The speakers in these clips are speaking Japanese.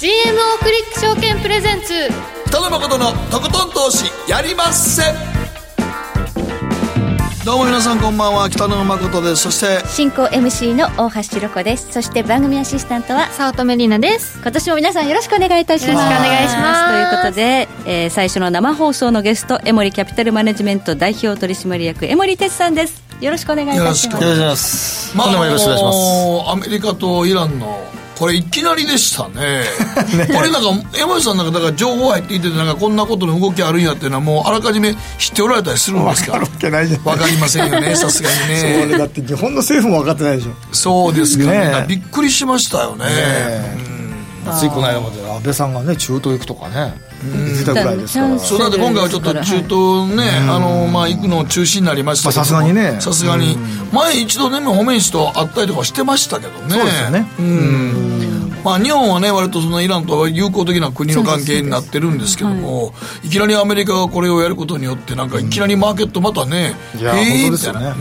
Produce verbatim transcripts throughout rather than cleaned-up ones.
シーエムオー クリック証券プレゼンツ北野誠のとことん投資やりまっせ。どうも皆さんこんばんは、北野誠です。そして進行 エムシー の大橋ロコです。そして番組アシスタントは早乙女里奈です。 今年も皆さんよろしくお願いいたします。 よろしくお願いします。 ということで、えー、最初の生放送のゲスト、エモリキャピタルマネジメント代表取締役江守哲さんです。よろしくお願いいたします。 よろしくお願いします。まあ、よろしくお願いします。アメリカとイランのこれいきなりでしたねね。これなんか山内さんなんかだから情報入っていてなんかこんなことの動きあるんやっていうのはもうあらかじめ知っておられたりするんですか。 分かるわけないじゃん。 分かりませんよね、さすがにね。 それだって日本の政府も分かってないでしょ。 そうですか ね, ねびっくりしましたよね。ねうん、ついこの間まで安倍さんがね中東行くとかね言ってたぐらいですから。 そうだって今回はちょっと中東ね、あのまあ行くの中止になりましたけど、 さすがにね、 さすがに前一度ねホメイ氏と会ったりとかしてましたけどね。 そうですよね。うん、 まあ、日本はね割とそのイランとは友好的な国の関係になってるんですけども、はい、いきなりアメリカがこれをやることによってなんかいきなりマーケットまたね、 うん、いや、 えー、 本当ですよね。 うん、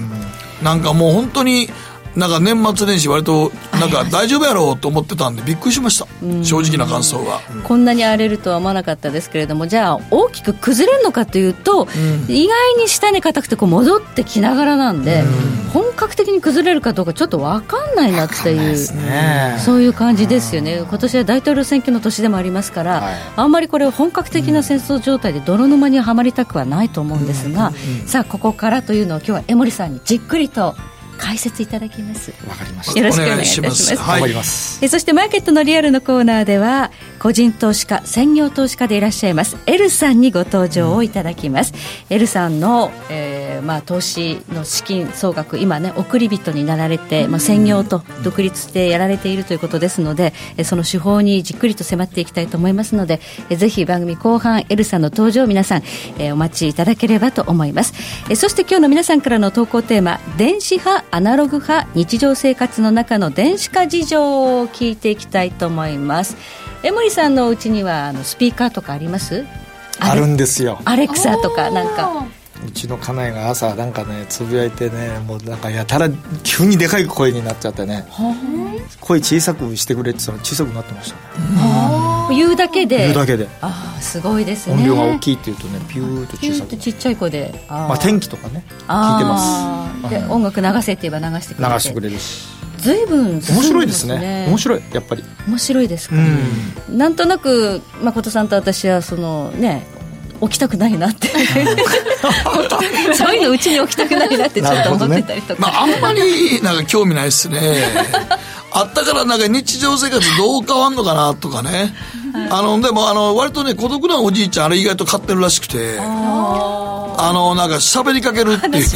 なんかもう本当になんか年末年始割となんか大丈夫やろうと思ってたんでびっくりしました、正直な感想は。 こんなに荒れるとは思わなかったですけれども、じゃあ大きく崩れるのかというと、うん、意外に下値硬くてこう戻ってきながらなんで、うん、本格的に崩れるかどうかちょっと分かんないなっていう、ね、そういう感じですよね。今年は大統領選挙の年でもありますから、はい、あんまりこれ本格的な戦争状態で泥沼にはまりたくはないと思うんですが、うんうん、さあここからというのを今日は江守さんにじっくりと解説いただきます。 わかりました。 よろしくお願いいたします。 頑張ります。 えそしてマーケットのリアルのコーナーでは個人投資家専業投資家でいらっしゃいますエルさんにご登場をいただきます。うん、エルさんの、えーまあ、投資の資金総額今ね送り人になられて、まあ、専業と独立してやられているということですので、えその手法にじっくりと迫っていきたいと思いますので、えぜひ番組後半エルさんの登場を皆さん、えー、お待ちいただければと思います。えそして今日の皆さんからの投稿テーマ、電子派アナログ派日常生活の中の電子化事情を聞いていきたいと思います。江守さんのお家にはあのスピーカーとかあります？ あるんですよ。 アレクサとかなんかうちの家内が朝なんかねつぶやいてね、もうなんかやたら急にでかい声になっちゃってね、声小さくしてくれって言ったら小さくなってましたね。 言うだけで言うだけであすごいですね。 音量が大きいって言うとねピューッと小さく、 ピューッとちっちゃい声であ、まあ、天気とかね聞いてます。 で音楽流せって言えば流してくれて流してくれるし、 ずいぶん面白いですね。面白い、やっぱり面白いですか、ね、うん、なんとなく誠さんと私はそのね起きたくないなってそういうのうちに起きたくないなってちょっと思ってたりとか、 ね、まあ、あんまりなんか興味ないですねあったからなんか日常生活どう変わんのかなとかね、はい、あのでもあの割とね孤独なおじいちゃんあれ意外と買ってるらしくて、ああのなんか喋りかけるっていう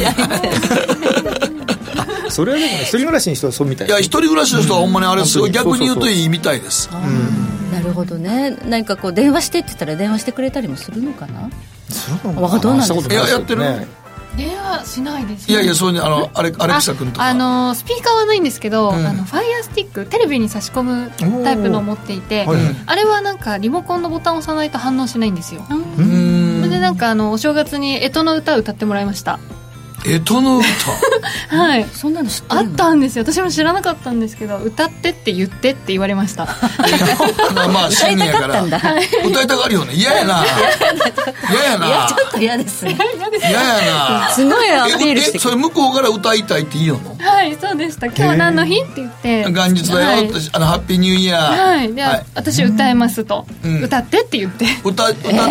それはでもね一人暮らしの人はそうみたい。 いや一人暮らしの人はほんまにあれすごい、うん、逆に言うといいみたいです。 そうそうそう、うん、なるほどね。何かこう電話してって言ったら電話してくれたりもするのかな。 するのかな。 どうなんですか。 いややってる、ね、 電話しないです、 ね、いやいやそういうあのアレ、アレクサ君とかあ, あのスピーカーはないんですけど、うん、あのファイヤースティックテレビに差し込むタイプのを持っていて、はい、あれはなんかリモコンのボタンを押さないと反応しないんですよ。うん、それでなんかあのお正月に干支の歌を歌ってもらいました。 干支の歌はい、そんなの知ってるの？ あったんですよ。私も知らなかったんですけど、歌ってって言ってって言われましたまあ新年やから歌いたがるよね。嫌やな嫌やな。 いやちょっと嫌ですね。 嫌やな。 すごいアピールしてええそれ向こうから歌いたいって言うの？ はいそうでした。今日は何の日って言って元日だよ、はい、あのハッピーニューイヤー、 はいで、はい、私歌えますと、うん、歌ってって言って歌歌ってえー、えー、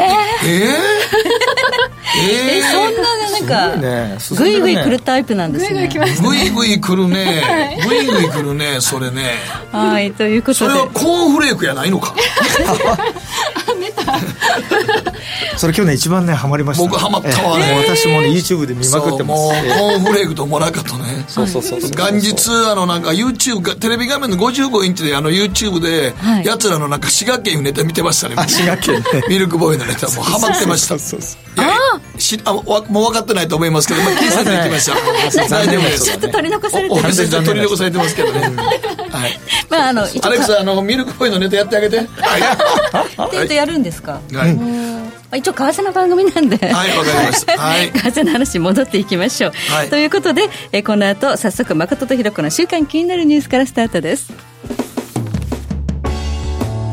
えー、そんななんかグイグイ来るタイプなんですね。 グイグイ来ましたね。 グイグイ来るね、はい、グイグイ来るねそれね。 はいということでそれはコーンフレークやないのかあ出たそれ今日ね一番ねハマりました、ね、 僕ハマったわね、 えー、私もね YouTube で見まくってます。 もうコーンフレークとモラカとねそうそうそうそう元日あのなんか YouTube テレビ画面のごじゅうごインチであの YouTube でやつらのなんか滋賀県いうネタ見てましたね。 あ滋賀県ねミルクボーイのネタもうハマってました。そうそうそうそう。いやしあもう分かってないと思いますけど、まあ、気にせず行きました大丈夫です。 ちょっと取り残されてる。 取り残されてますけどね、うんはいまあ、あのアレクサあのミルクボーイのネタやってあげて。はいって言うとやるんですか。 はい、 一応為替の番組なんではいわかりました、はい、 為替の話戻っていきましょう、はい、ということでえこの後早速誠とひろ子の週間気になるニュースからスタートです。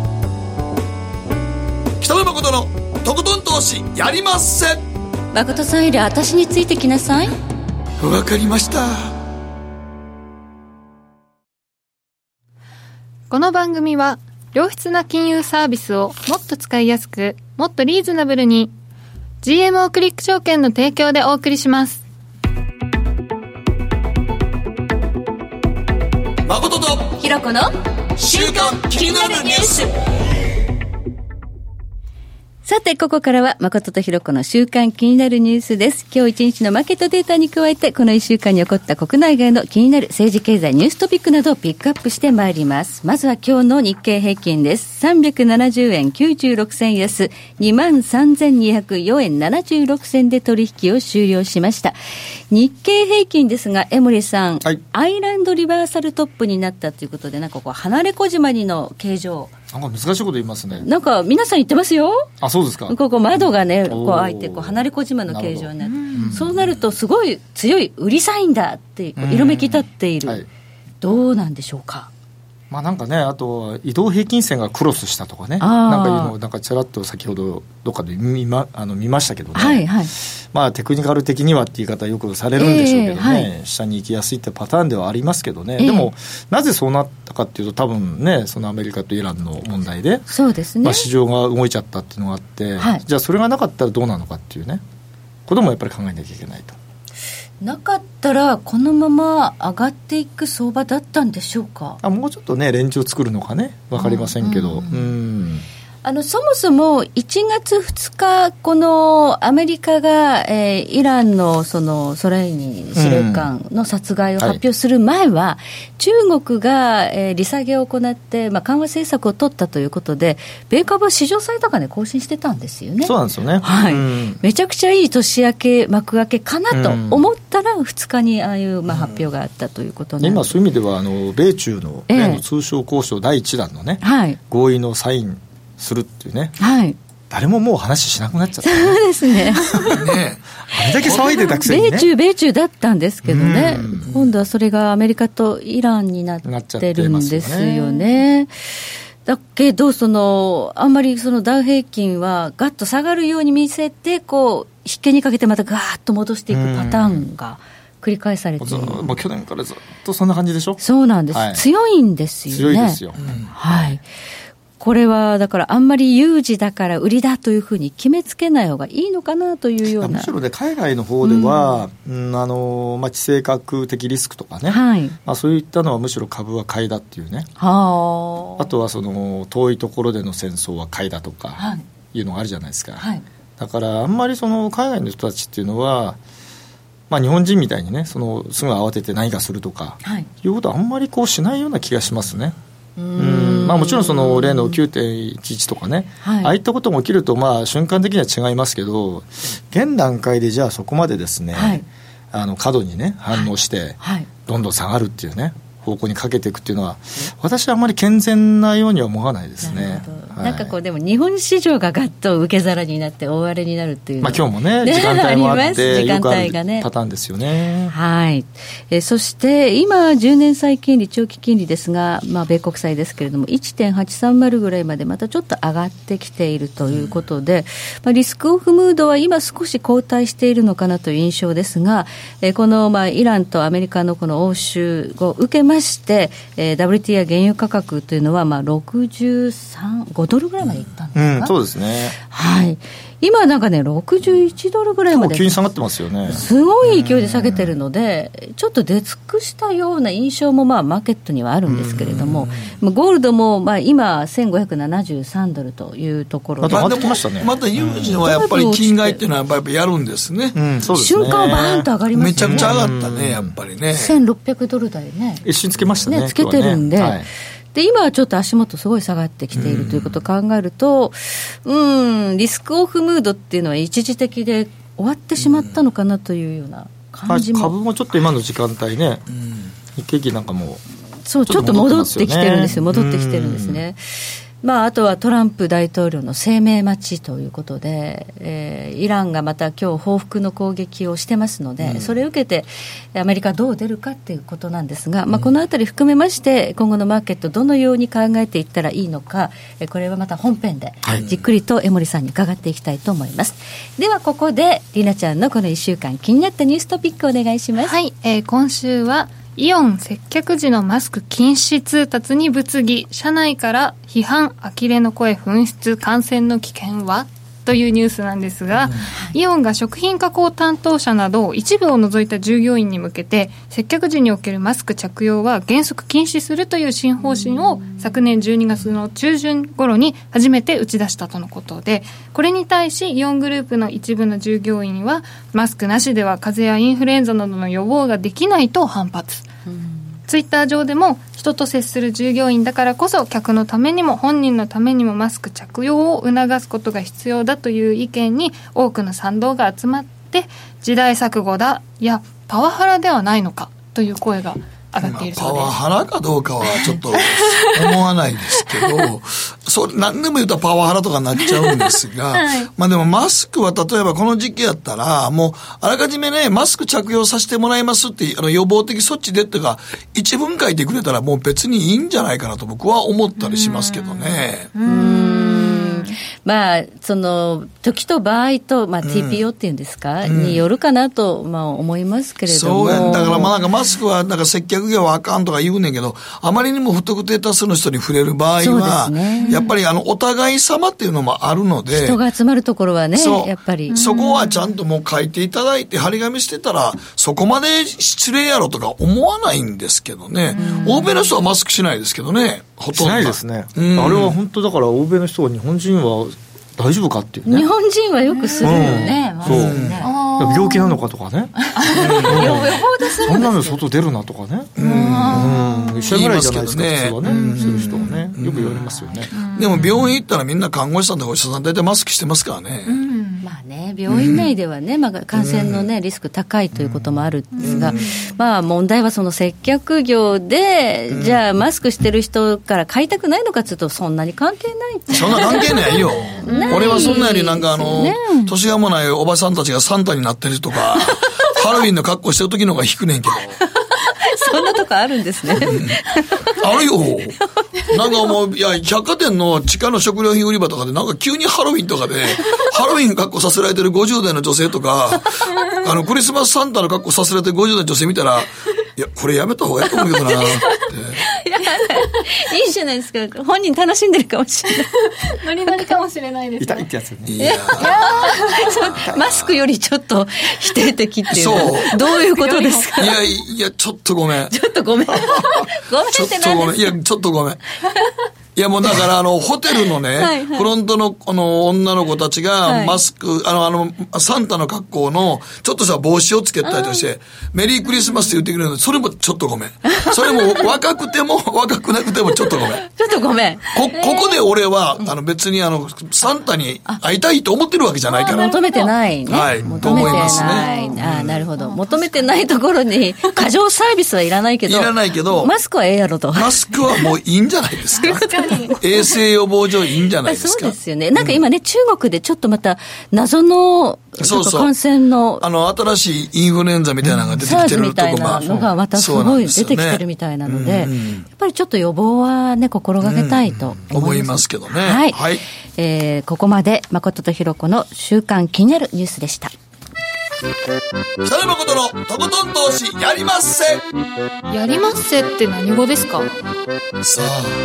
野誠のとことん投資やりまっせ。 誠さんより私についてきなさい。 わかりました。 この番組は良質な金融サービスをもっと使いやすく、もっとリーズナブルに ジーエムオー クリック証券の提供でお送りします。 誠とひろこの週刊気になるニュース。 さて、ここからは誠とひろこの週刊気になるニュースです。今日一日のマーケットデータに加えて、このいっしゅうかんに起こった国内外の気になる政治経済ニューストピックなどをピックアップしてまいります。まずは今日の日経平均です。さんびゃくななじゅうえんきゅうじゅうろくせん安、にまんさんぜんにひゃくよんえんななじゅうろくせんで取引を終了しました。日経平均ですが、江森さん、はい、アイランドリバーサルトップになったということで、なんかこう離れ小島にの形状、 なんか難しいこと言いますね。 なんか皆さん言ってますよ。 あ、そうですか。 ここ窓がね、こう開いて、こう離れ小島の形状になって、そうなるとすごい強い売りサインだって色めき立っている、はい、どうなんでしょうか。 まあ、なんかね、あと移動平均線がクロスしたとかね、なんかいうのをなんかちらっと先ほどどっかで 見 ま, あの見ましたけどね、はいはい、まあ、テクニカル的にはって言い方よくされるんでしょうけどね、えーはい、下に行きやすいってパターンではありますけどね、えー、でもなぜそうなったかっていうと、多分ね、そのアメリカとイランの問題で、 そうですね、 まあ、市場が動いちゃったっていうのがあって、はい、じゃあそれがなかったらどうなのかっていうねこともやっぱり考えなきゃいけないと。 なかったらこのまま上がっていく相場だったんでしょうか。 あ、もうちょっとねレンジを作るのかね、分かりませんけど、うん、うん、 あのそもそもいちがつふつか、このアメリカが、えー、イランのそのソレイニ司令官の殺害を発表する前は、うん、はい、中国が、えー、利下げを行って、まあ、緩和政策を取ったということで、米株は史上最高値更新してたんですよね。 そうなんですよね、 はい、うん、めちゃくちゃいい年明け幕開けかなと思ったら、ふつかにああいう、まあ、発表があったということなんで、 うん、今そういう意味ではあの米中の、 えー、 の通商交渉だいいちだんのね、 はい、 合意のサインするっていうね、 はい、 誰ももう話しなくなっちゃった、ね、 そうですねね、 あれだけ騒いでたくせにね、 米中米中だったんですけどね、今度はそれがアメリカとイランになってるんですよね。だけどそのあんまりそのダウ平均はガッと下がるように見せて、こう引けにかけてまたガーッと戻していくパターンが繰り返されている。 もう去年からずっとそんな感じでしょ。 そうなんです、はい、強いんですよね。 強いですよ、うん、 はい。これはだからあんまり有事だから売りだというふうに決めつけない方がいいのかなというような。 むしろね、海外の方では、うんうん、あのまあ、地政学的リスクとかね、 はい、 まあ、そういったのはむしろ株は買いだっていうね、 はあ、 あとはその遠いところでの戦争は買いだとかいうのがあるじゃないですか、はい、だからあんまりその海外の人たちっていうのは、まあ、日本人みたいにね、そのすぐ慌てて何かするとか、はい、いうことはあんまりこうしないような気がしますね。うん、まあ、もちろんその例の きゅうてんいちいち とかね、はい、ああいったことも起きるとまあ瞬間的には違いますけど、現段階でじゃあそこまでですね、はい、あの過度にね反応してどんどん下がるっていうね方向にかけていくっていうのは、私はあんまり健全なようには思わないですね。 はい、なんかこうでも日本市場がガッと受け皿になって大荒れになるっていう、 まあ、今日もね時間帯もあってよくあるパターンですよね。 はい、えー、そして今じゅうねん債金利長期金利ですが、まあ、米国債ですけれども いってんはちさんまる ぐらいまでまたちょっと上がってきているということで、うん、まあ、リスクオフムードは今少し後退しているのかなという印象ですが、えー、このまあイランとアメリカのこの応酬を受けまして、えー、ダブリューティーアイ 原油価格というのはまあろくじゅうさん、ごドルぐらいまでいったんですか、 うん、そうですね。 はい、今なんかねろくじゅういちドルぐらいまで急に下がってますよね。 すごい勢いで下げてるので、ちょっと出尽くしたような印象もまあマーケットにはあるんですけれども、ゴールドもまあ今せんごひゃくななじゅうさんドルというところで、 また上がってきましたね。 また有事はやっぱり金買いっていうのはやっぱりやるんですね、 うん、そうですね。 瞬間はバーンと上がりますね。 めちゃくちゃ上がったね、やっぱりね。 せんろっぴゃくドル台ね、 一瞬つけましたね。 ね、つけてるんで、ね、はい、で今はちょっと足元すごい下がってきているということを考えると、うん、リスクオフムードっていうのは一時的で終わってしまったのかなというような感じも、 株もちょっと今の時間帯ね、日経平均なんかもそうちょっと戻ってきてるんですよ。戻ってきてるんですね。 まあ、あとはトランプ大統領の声明待ちということで、えー、イランがまた今日報復の攻撃をしてますので、うん、それを受けてアメリカどう出るかということなんですが、まあ、このあたり含めまして今後のマーケットどのように考えていったらいいのか、これはまた本編でじっくりと江森さんに伺っていきたいと思います、はい、ではここでりなちゃんのこのいっしゅうかん気になったニューストピックお願いします。 はい、えー、今週はイオン接客時のマスク禁止通達に物議、社内から批判、呆れの声噴出、感染の危険はというニュースなんですが、うん、イオンが食品加工担当者など一部を除いた従業員に向けて接客時におけるマスク着用は原則禁止するという新方針を昨年じゅうにがつの中旬頃に初めて打ち出したとのことで、これに対しイオングループの一部の従業員はマスクなしでは風邪やインフルエンザなどの予防ができないと反発。ツイッター上でも人と接する従業員だからこそ客のためにも本人のためにもマスク着用を促すことが必要だという意見に多くの賛同が集まって、時代錯誤だ、いやパワハラではないのかという声が上がっているそうです。 パワハラかどうかはちょっと思わないですけどそれ何でも言うとパワハラとかになっちゃうんですが、はい、まあでもマスクは例えばこの時期やったらもうあらかじめねマスク着用させてもらいますってあの予防的措置でっていうか一文書いてくれたらもう別にいいんじゃないかなと僕は思ったりしますけどね。 うーん、うーん、まあその時と場合と、まあ、ティーピーオー っていうんですか、うん、によるかなと、まあ、思いますけれども。 そうやんだからまあなんかマスクはなんか接客業はあかんとか言うねんけど、あまりにも不特定多数の人に触れる場合は、ね、やっぱりあのお互い様っていうのもあるので、 人が集まるところはねやっぱりそこはちゃんともう書いていただいて張り紙してたらそこまで失礼やろとか思わないんですけどね。欧米の人はマスクしないですけどね、ほとんどしないですね、うん、あれは本当だから欧米の人は日本人は大丈夫かっていうね。 日本人はよくするよね、 うん、そうね、病気なのかとかね、 予防でするんですよ。 そんなの外出るなとかね、うんうん、医者ぐらいじゃないですか、普通はね、うん、する人はね、よく言われますよね、 うん、でも病院行ったらみんな看護師さんとかお医者さん大体マスクしてますからね、うん、 まあね、病院内ではね、まあ、感染のねリスク高いということもあるんですが、まあ問題はその接客業でじゃあマスクしてる人から買いたくないのかというとそんなに関係ないって。 そんな関係ないよ俺はそんなよりなんかあの、ね、年がもないおばさんたちがサンタになってるとかハロウィンの格好してる時の方が引くねんけどそんなとこあるんですね、うん、 あるよなんかもういや百貨店の地下の食料品売り場とかでなんか急にハロウィンとかでハロウィンの格好させられてるごじゅう代の女性とかあのクリスマスサンタの格好させられてるごじゅう代の女性見たらいやこれやめた方がいいと思うけどなっていいじゃないですか、本人楽しんでるかもしれないノリノリかもしれないですね。 痛いってやつね。 いやマスクよりちょっと否定的っていうのはどういうことですか。 いやいやちょっとごめんちょっとごめんごめんって何ですか。 いやちょっとごめんいやもうだからあのホテルのねはい、はい、フロントのこの女の子たちがマスク、はい、あのあのサンタの格好のちょっとした帽子をつけたりとしてメリークリスマスって言ってくれるのでそれもちょっとごめんそれも若くても若くなくてもちょっとごめんちょっとごめんこ, ここで俺はあの別にあのサンタに会いたいと思ってるわけじゃないから求めてないね、 はい、 求めてない、思いますね、あなるほど、求めてないところに過剰サービスはいらないけどいらないけどマスクはええやろと。 マスクはもういいんじゃないですか衛生予防上いいんじゃないですか。 そうですよね。なんか今ね、うん、中国でちょっとまた謎のそうそう感染のあの新しいインフルエンザみたいなのが出てきてるとこも、うん、サーズみたいなのがまたすごい出てきてるみたいなので、うんうん、やっぱりちょっと予防はね心がけたいと思います、うん、 思いますけどね。 はい、はい、えー、ここまで誠とひろ子の週刊気になるニュースでした。 北野誠のとことん投資やりまっせ。 やりまっせって何語ですか。 さ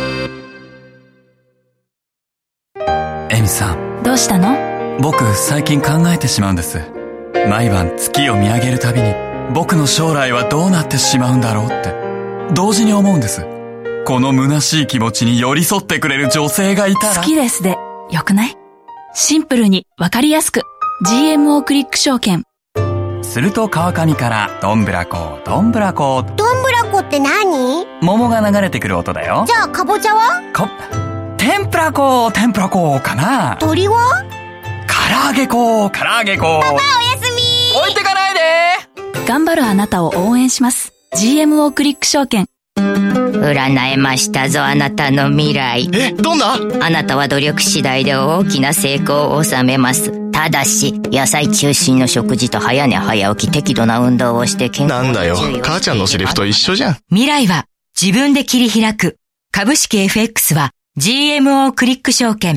あエミさん、 どうしたの？ 僕最近考えてしまうんです。毎晩月を見上げるたびに僕の将来はどうなってしまうんだろうって同時に思うんです。この虚しい気持ちに寄り添ってくれる女性がいたら。 好きですでよくない？シンプルにわかりやすく ジーエムオー クリック証券。 すると川上からどんぶらこどんぶらこ。 どんぶらこって何？ 桃が流れてくる音だよ。 じゃあかぼちゃは？ か天ぷらこ天ぷらこかな。 鳥は？ 唐揚げこ唐揚げこ。 パパおやすみ。 置いてかないで。 頑張るあなたを応援します。 ジーエムオー クリック証券。 占えましたぞ、あなたの未来。 え、どんな？ あなたは努力次第で大きな成功を収めます。ただし野菜中心の食事と早寝早起き、適度な運動をして健康なんだよ、母ちゃんのセリフと一緒じゃん。 未来は自分で切り開く。株式 エフエックス は ジーエムオー クリック証券。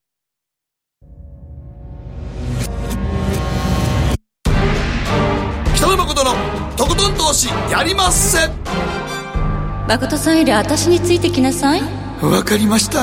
北野誠のとことん投資やりまっせ。 誠さんより私についてきなさい。 わかりました。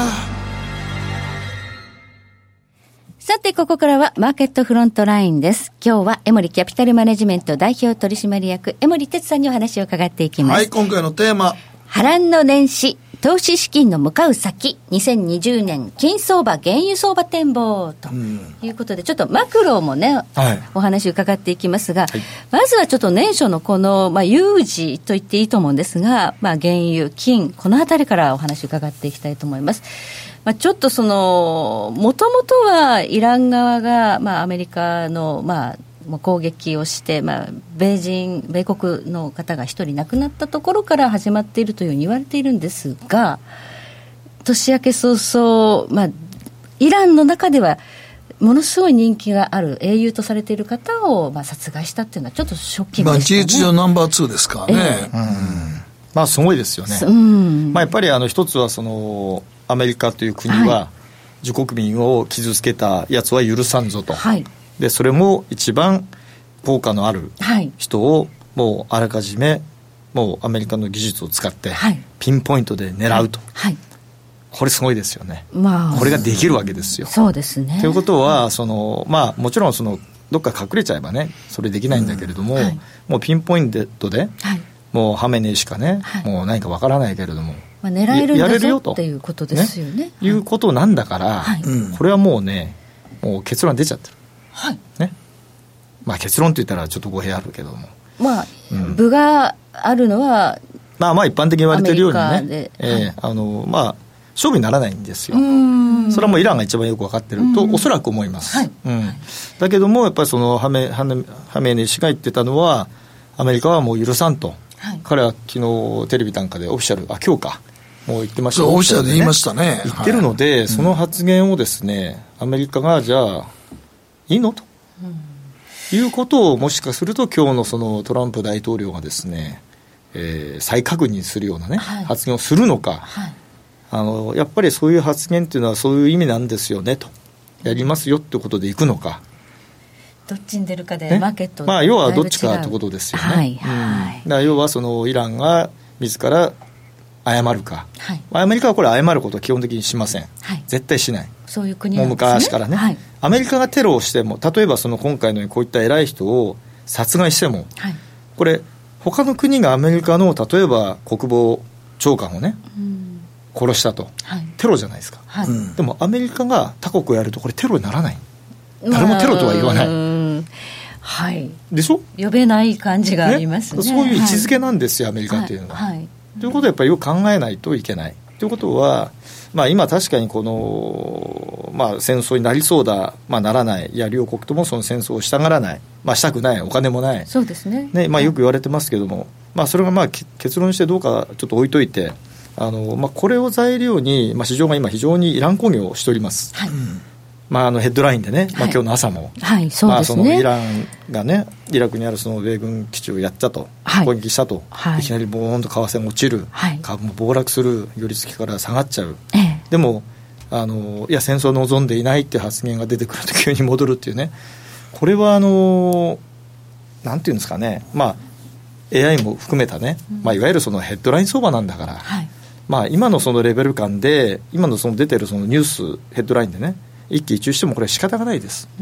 さてここからはマーケットフロントラインです。今日はエモリキャピタルマネジメント代表取締役江森哲さんにお話を伺っていきます。 はい、今回のテーマ、 波乱の年始投資資金の向かう先、にせんにじゅうねん金相場原油相場展望ということで、ちょっとマクロもね、はい、お話伺っていきますが、はい、まずはちょっと年初のこの、まあ、有事と言っていいと思うんですが、まあ、原油金このあたりからお話伺っていきたいと思います。まあ、ちょっとそのもともとはイラン側が、まあ、アメリカの、まあ攻撃をして、まあ、米人米国の方が一人亡くなったところから始まっているというふうに言われているんですが、年明け早々、まあ、イランの中ではものすごい人気がある英雄とされている方を、まあ、殺害したっていうのはちょっとショッキングでしたね。 まあ、事実上ナンバーツーですからね、 えーうんまあ、すごいですよね、 うんまあ、やっぱりあの一つはそのアメリカという国は、はい、自国民を傷つけたやつは許さんぞと、はいでそれも一番効果のある人をもうあらかじめもうアメリカの技術を使ってピンポイントで狙うと、はいはい、これすごいですよね、まあ、これができるわけですよ。 そうですね。 ということはその、まあ、もちろんそのどっか隠れちゃえばねそれできないんだけれども、うんはい、もうピンポイントで、はい、もうハメネイしかね、はい、もう何かわからないけれども、まあ、 狙えるんだぞっていうことですよね、ねいうことなんだから、はい、これはもうねもう結論出ちゃってるはいねまあ、結論といったらちょっと語弊あるけども、 まあうん、部があるのはまあまあ一般的に言われているようにね、えーはいあのまあ、勝負にならないんですよ。それはもうイランが一番よく分かってるとおそらく思います、はいうん、だけどもやっぱりそのハメ、ハメ、ハメネイ師が言ってたのはアメリカはもう許さんと、はい、彼は昨日テレビなんかでオフィシャルあ今日かもう言ってました、 ね、オフィシャルで言いましたね言ってるので、はい、その発言をですねアメリカがじゃあいいのと、うん、いうことをもしかすると今日のそのトランプ大統領がですね、えー、再確認するようなね、はい、発言をするのか、はい、あのやっぱりそういう発言っていうのはそういう意味なんですよねとやりますよってことでいくのかどっちに出るかでマーケット、 まあ、要はどっちかってことですよね、 はいはい、 うん、だから要はそのイランが自ら謝るか、はい、アメリカはこれ謝ることは基本的にしません、はい、絶対しないそういう国なんですね、 もう昔からね、はい、アメリカがテロをしても例えばその今回のようにこういった偉い人を殺害しても、はい、これ他の国がアメリカの例えば国防長官をね、うん、殺したと、はい、テロじゃないですか、はい、でもアメリカが他国をやるとこれテロにならない、誰もテロとは言わない、 はい、 でしょ呼べない感じがありますね、 そういう位置づけなんですよ、はい、アメリカっていうのは、はいはい、ということはやっぱりよく考えないといけないということは、まあ、今確かにこの、まあ、戦争になりそうだ、まあ、ならない、いや両国ともその戦争をしたがらない、まあ、したくない、お金もない、 そうですね、 ね、まあ、よく言われてますけども、まあ、それがまあ結論してどうかちょっと置いといて、あの、まあ、これを材料に、まあ、市場が今非常にイラン攻撃をしております、はい、まあ、あのヘッドラインでね、まあ、今日の朝も、 はいはい、そうですね、 まあ、そのイランがねイラクにあるその米軍基地をやったと、はい、攻撃したと、はい、いきなりボーンと為替が落ちる、はい、株も暴落する、寄り付きから下がっちゃう、ええ、でもあのいや戦争を望んでいないって発言が出てくると急に戻るっていうね、これはあのなんていうんですかね、まあ、エーアイ も含めたね、うん、まあ、いわゆるそのヘッドライン相場なんだから、はい、まあ、今のそのレベル感で今のその出てるそのニュースヘッドラインでね一喜一憂してもこれは仕方がないです、うん、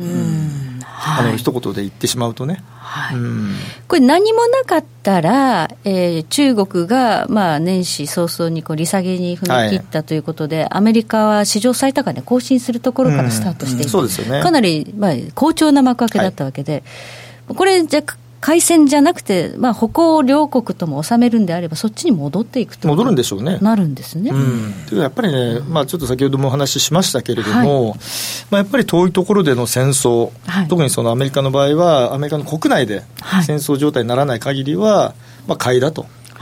はい、あの一言で言ってしまうとね、はい、うん、 これ何もなかったら、えー、中国がまあ年始早々にこう利下げに踏み切ったということで、はい、アメリカは史上最高値更新するところからスタートしていて、うんうん、そうですよね、かなりまあ好調な幕開けだったわけで、はい、これじゃ開戦じゃなくて、まあ、北欧両国とも収めるんであればそっちに戻っていくと戻るんでしょうね、 なるんですね、うん、 というやっぱりね、まあ、ちょっと先ほどもお話ししましたけれども、はい、まあ、やっぱり遠いところでの戦争、はい、特にそのアメリカの場合はアメリカの国内で戦争状態にならない限りは、まあ、買いだと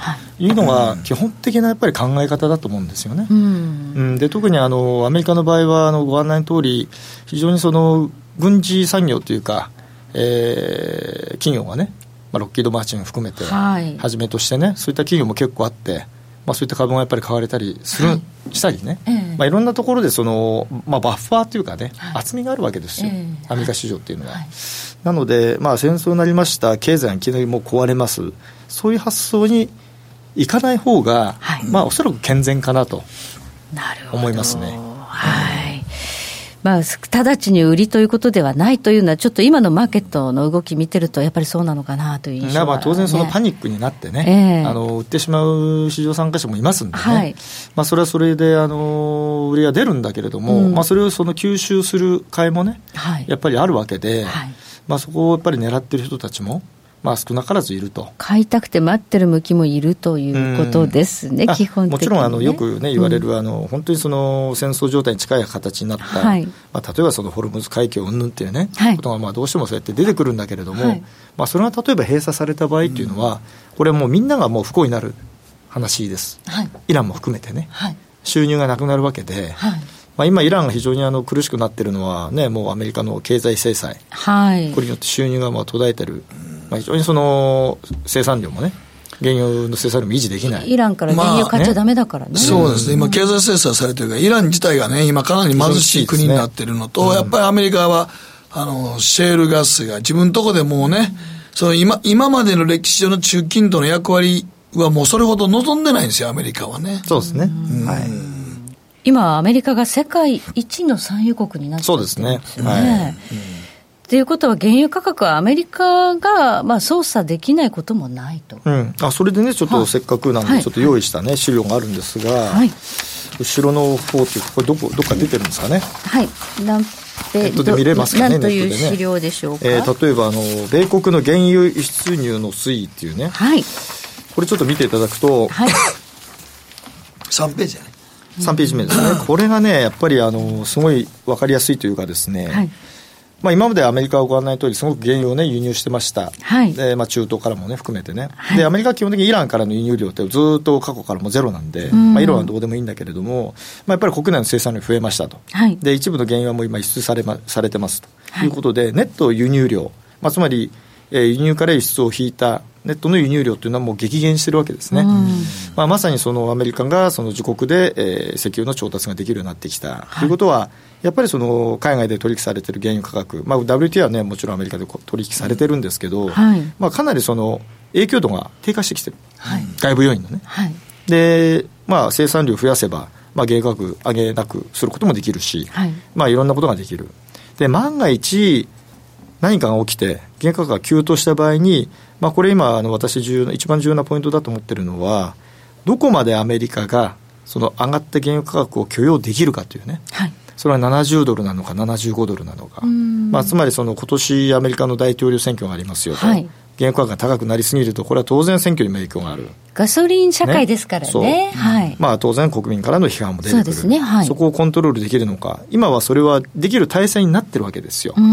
いうのが基本的なやっぱり考え方だと思うんですよね、うんうん、で特にあのアメリカの場合はあのご案内の通り非常にその軍事産業というか、えー、企業がね、まあ、ロッキード・マーチンを含めてはじめとしてね、そういった企業も結構あって、まあ、そういった株がやっぱり買われたりする、はい、したりね、えーまあ、いろんなところでその、まあ、バッファーというかね、はい、厚みがあるわけですよ、えー、アメリカ市場っていうのは、はい、なので、まあ、戦争になりました、経済がいきなりもう壊れます、そういう発想にいかない方が、はい、まあ、おそらく健全かなと思いますね。 はい、まあ、直ちに売りということではないというのはちょっと今のマーケットの動き見てるとやっぱりそうなのかなという印象は、ね、 まあ、当然そのパニックになってね、えー、あの売ってしまう市場参加者もいますんでね、はい、まあ、それはそれであの売りが出るんだけれども、うん、まあ、それをその吸収する買いもね、はい、やっぱりあるわけで、はい、まあ、そこをやっぱり狙ってる人たちもまあ、少なからずいると。 買いたくて待ってる向きもいるということですね、基本的に、ね、 もちろんあのよく、ね、言われる、うん、あの本当にその戦争状態に近い形になった、はい、まあ、例えばそのホルムズ海峡云々っていうね、はい、ことがまあどうしてもそうやって出てくるんだけれども、はい、まあ、それが例えば閉鎖された場合っていうのは、うん、これはもうみんながもう不幸になる話です、はい、イランも含めてね、はい、収入がなくなるわけで、はい、まあ、今イランが非常にあの苦しくなっているのは、ね、もうアメリカの経済制裁、はい、これによって収入がまあ途絶えてる、まあ、非常にその生産量もね、原油の生産量も維持できない。 イランから原油買っちゃダメだからね、まあ、ね、 そうですね、今経済制裁されてるからイラン自体がね今かなり貧しい国になってるのと、ね、やっぱりアメリカはあのシェールガスが自分のとこでもうね、うん、その 今, 今までの歴史上の中近東の役割はもうそれほど望んでないんですよ、アメリカはね。 そうですね、うん、はい、 今アメリカが世界一の産油国になってるんですね。 そうですね、はい、うん、 ということは原油価格はアメリカがまあ操作できないこともないと、 うん、あそれでねちょっとせっかくなんでちょっと用意したね、はい、資料があるんですが、はい、後ろの方っていうこれどこどっか出てるんですかね。 はい、何ネットで見れますかね。 何という資料でしょうか。 えー、例えばあの米国の原油輸出入の推移っていうね、はい、これちょっと見ていただくと、はい、 さんページやね、 さんページ目ですね。これがねやっぱりあのすごい分かりやすいというかですね、はい、まあ、今までアメリカはご案内の通りすごく原油を、ね、輸入してました、はい、でまあ、中東からも、ね、含めてね、はい、でアメリカは基本的にイランからの輸入量ってずっと過去からもゼロなんで、まあ、イランはどうでもいいんだけれども、まあ、やっぱり国内の生産量増えましたと、はい、で一部の原油はもう今輸出され、ま、されてますということで、はい、ネット輸入量、まあ、つまり、えー、輸入から輸出を引いたネットの輸入量というのはもう激減しているわけですね、まあ、まさにそのアメリカがその自国で、えー、石油の調達ができるようになってきた、はい、ということはやっぱりその海外で取引されている原油価格、まあ、ダブリューティー は、ね、もちろんアメリカで取引されてるんですけど、はい、まあ、かなりその影響度が低下してきている、はい、外部要因のね、はい、で、まあ、生産量を増やせば、まあ、原油価格上げなくすることもできるし、はい、まあ、いろんなことができる。で万が一何かが起きて原油価格が急騰した場合に、まあ、これ今あの私重要な一番重要なポイントだと思っているのは、どこまでアメリカがその上がった原油価格を許容できるかというね、はい、それはななじゅうドルなのかななじゅうごドルなのか、まあ、つまりその今年アメリカの大統領選挙がありますよと、はい、原油価格が高くなりすぎるとこれは当然選挙にも影響がある。 ガソリン社会ですから ね, ね、はい、 まあ、当然国民からの批判も出てくる。 そうですね、はい、 そこをコントロールできるのか、今はそれはできる体制になってるわけですよ、うん、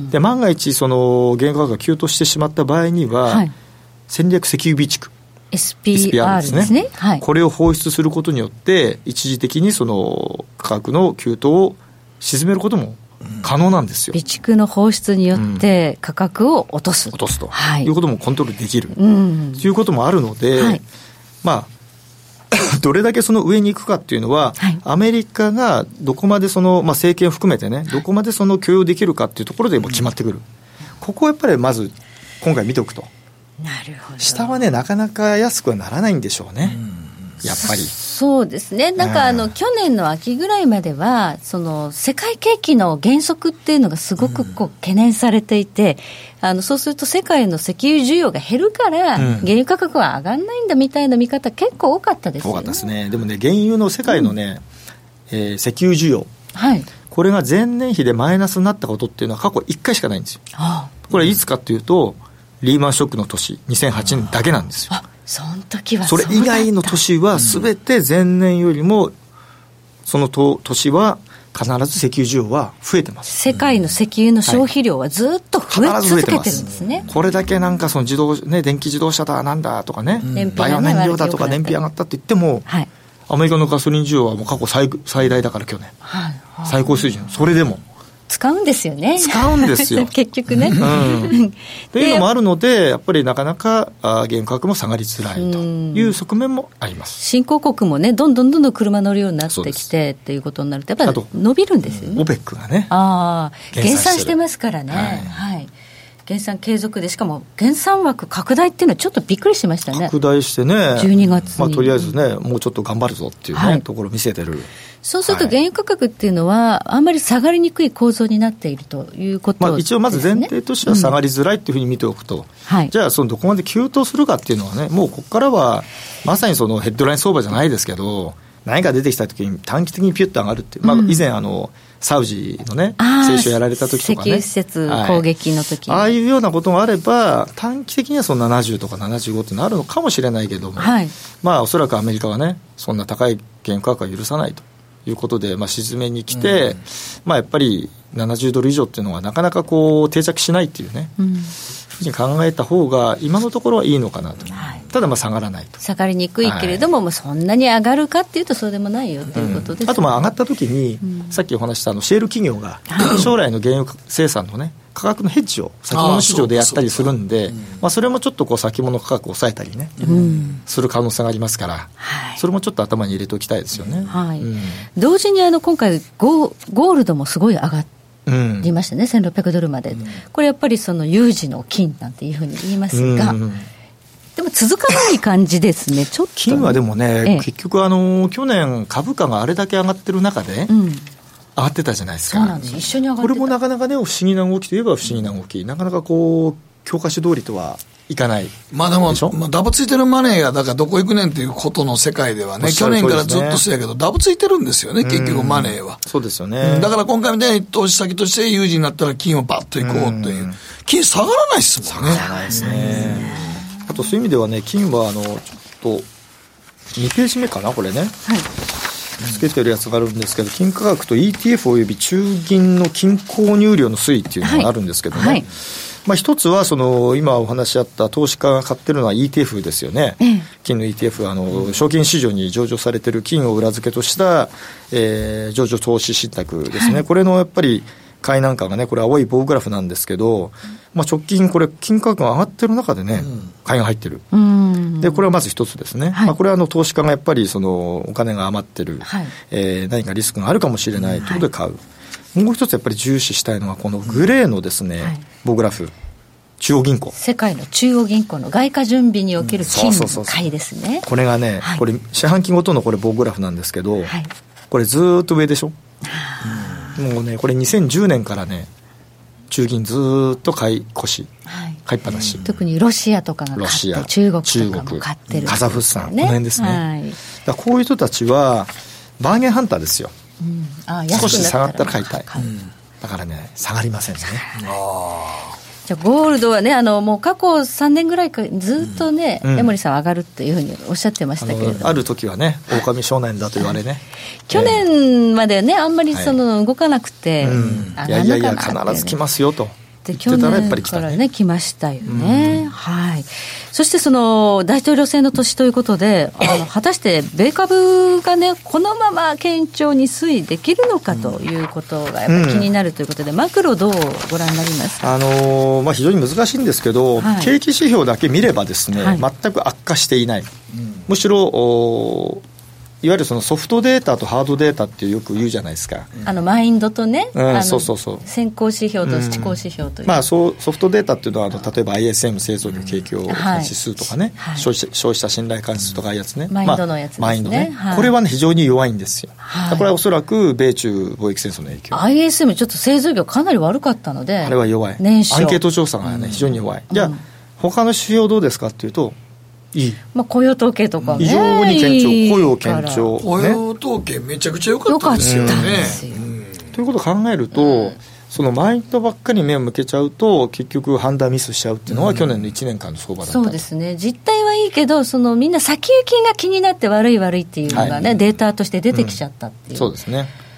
で万が一その原油価格が急騰してしまった場合には、はい、戦略石油備蓄エスピーアール ですね、はい、 これを放出することによって一時的にその価格の急騰を沈めることも可能なんですよ。 備蓄の放出によって価格を落とす、 うん、落とすと、はい、いうこともコントロールできる、 うん、 ということもあるので、はい、まあどれだけその上に行くかっていうのは、はい、アメリカがどこまでその、まあ、政権を含めてね、どこまでその許容できるかっていうところでもう決まってくる、うん、ここをやっぱりまず今回見ておくと。 なるほど。 下はねなかなか安くはならないんでしょうね、うん、やっぱり。 そうですね。なんかあの、うん、去年の秋ぐらいまではその世界景気の減速っていうのがすごくこう懸念されていて、うん、あのそうすると世界の石油需要が減るから、うん、原油価格は上がらないんだみたいな見方結構多かったですよね。 多かったですね。でもね原油の世界のね、うん、えー、石油需要、はい、これが前年比でマイナスになったことっていうのは過去いっかいしかないんですよ、はあ、これはいつかというとリーマンショックの年にせんはちねんだけなんですよ。 あ、その時はそれ以外の年はすべて前年よりもその年は必ず石油需要は増えてます。 世界の石油の消費量はずっと増え続けてるんですね、 はい、これだけなんかその自動、ね、電気自動車だなんだとかね、うん、バイオ燃料だとか燃費上がったって言っても、はい、アメリカのガソリン需要はもう過去 最, 最大だから去年、はいはい、最高水準。それでも使うんですよね。 使うんですよ結局ね、 うん、っていうのもあるのでやっぱりなかなか原油価格も下がりづらいという側面もあります。 新興国もねどんどんどんどん車乗るようになってきてっていうことになるとやっぱり伸びるんですよね。 オペックがねあ減産してますからね、はいはい、減産継続でしかも減産枠拡大っていうのはちょっとびっくりしましたね。 拡大してねじゅうにがつに、 まあ、とりあえずねもうちょっと頑張るぞっていう、ねはい、ところを見せてる。 そうすると原油価格っていうのはあんまり下がりにくい構造になっているということですね。 まあ、一応まず前提としては下がりづらいっていうふうに見ておくと、うんはい、じゃあそのどこまで急騰するかっていうのはねもうここからはまさにそのヘッドライン相場じゃないですけど何か出てきたときに短期的にピュッと上がるっていう、まあ、以前あのサウジのね聖書やられた時とかね石油施設攻撃の時に、 はい、ああいうようなことがあれば短期的にはそのななじゅうとかななじゅうごっていうのあるのかもしれないけども、はい、まあおそらくアメリカはねそんな高い原油価格は許さないということで、まあ、沈めに来て、うんまあ、やっぱりななじゅうドル以上っていうのはなかなかこう定着しないっていうね、うん、ふうに考えた方が今のところはいいのかなと、はい、ただまあ下がらないと下がりにくいけれども、はい、もうそんなに上がるかっていうとそうでもないよということです、ねうん、あとまあ上がった時に、うん、さっきお話したあのシェール企業が将来の原油生産のね価格のヘッジを先物市場でやったりするんで、 そ, まあ、それもちょっとこう先物価格を抑えたりね、うん、する可能性がありますから、はい、それもちょっと頭に入れておきたいですよね、 はいうん、同時にあの今回 ゴ, ゴールドもすごい上がりましたね、うん、せんろっぴゃくドルまで、うん、これやっぱりその有事の金なんていうふうに言いますが、うん、でも続かない感じですねちょっと金はでもね、ええ、結局あの去年株価があれだけ上がってる中で、うん上がってたじゃないですか。 そうなんです。一緒に上がってた。 これもなかなかね不思議な動きといえば不思議な動き、なかなかこう教科書通りとはいかない。 まあでも、まあ、ダブついてるマネーがだからどこ行くねんっていうことの世界ではね、去年からずっとそうやけどダブついてるんですよね、結局マネーは。 そうですよね、 うん。だから今回みたいに投資先として有事になったら金をバッと行こうという。金下がらないですもんね。 下がらないですね。あとそういう意味ではね、金はあのちょっとにページ目かなこれね。はい。つけてるやつがあるんですけど金価格と イーティーエフ および中銀の金購入量の推移っていうのがあるんですけどね、はいはいまあ、一つはその今お話しあった投資家が買ってるのは イーティーエフ ですよね、うん、金の イーティーエフ あの証券市場に上場されてる金を裏付けとした、えー、上場投資信託ですね、はい、これのやっぱり買いなんかがねこれ青い棒グラフなんですけど、まあ、直近これ金価格が上がってる中でね、うん、買いが入ってるでこれはまず一つですね、はいまあ、これはあの投資家がやっぱりそのお金が余ってる、はいえー、何かリスクがあるかもしれないということで買う、はい、もう一つやっぱり重視したいのはこのグレーのですね、はい、棒グラフ中央銀行世界の中央銀行の外貨準備における金の買いですね、うん、そうそうそうそうこれがね、はい、これ四半期ごとのこれ棒グラフなんですけど、はい、これずっと上でしょ、うん、もうねこれにせんじゅうねんからね中銀ずっと買い越し、はい、買いっぱなし、 うん、特にロシアとかが買って中国とかも買ってる、ね、 カザフスタンこの辺ですね、はい、だこういう人たちはバーゲンハンターですよ、うん、あ少し下がったら買いたい、うん、だからね下がりませんねあじゃあゴールドはねあのもう過去さんねんぐらいかずっとね、うん、江森さんは上がるっていうふうにおっしゃってましたけれどもあ, ある時はね狼少年だと言われね去年までねあんまりその動かなくて、はいうん、上がらなかった、ね、いやいやいや必ず来ますよとで去年からね来ましたよね、うんはい、そしてその大統領選の年ということであの果たして米株がねこのまま堅調に推移できるのかということがやっぱり気になるということで、うん、マクロどうご覧になりますか。 あのーまあ、非常に難しいんですけど、はい、景気指標だけ見ればですね、はい、全く悪化していない、うん、むしろいわゆるそのソフトデータとハードデータってよく言うじゃないですか、 あのマインドとね、 うん、あのそうそうそう先行指標と遅行指標という、 うんまあ、そうソフトデータっていうのはあの例えば アイエスエム 製造業景況指数とかね、はい、消費者、消費者信頼関数とかああいうやつね、 マインドのやつですね、まあ、マインドね、 はい、これはね非常に弱いんですよ、はい、これはおそらく米中貿易戦争の影響アイエスエム ちょっと製造業かなり悪かったのであれは弱い年初アンケート調査がね非常に弱い、うん、じゃあ他の指標どうですかっていうといいまあ、雇用統計とかね非常に堅調雇用堅調、 ね、雇用統計めちゃくちゃ良かったですよね、 うん、 ということを考えると、うん、そのマインドばっかり目を向けちゃうと結局判断ミスしちゃうっていうのは、うん、去年のいちねんかんの相場だった。 そうですね実態はいいけどそのみんな先行きが気になって悪い悪いっていうのがね、はい、データとして出てきちゃったっていう、 うん、そうですね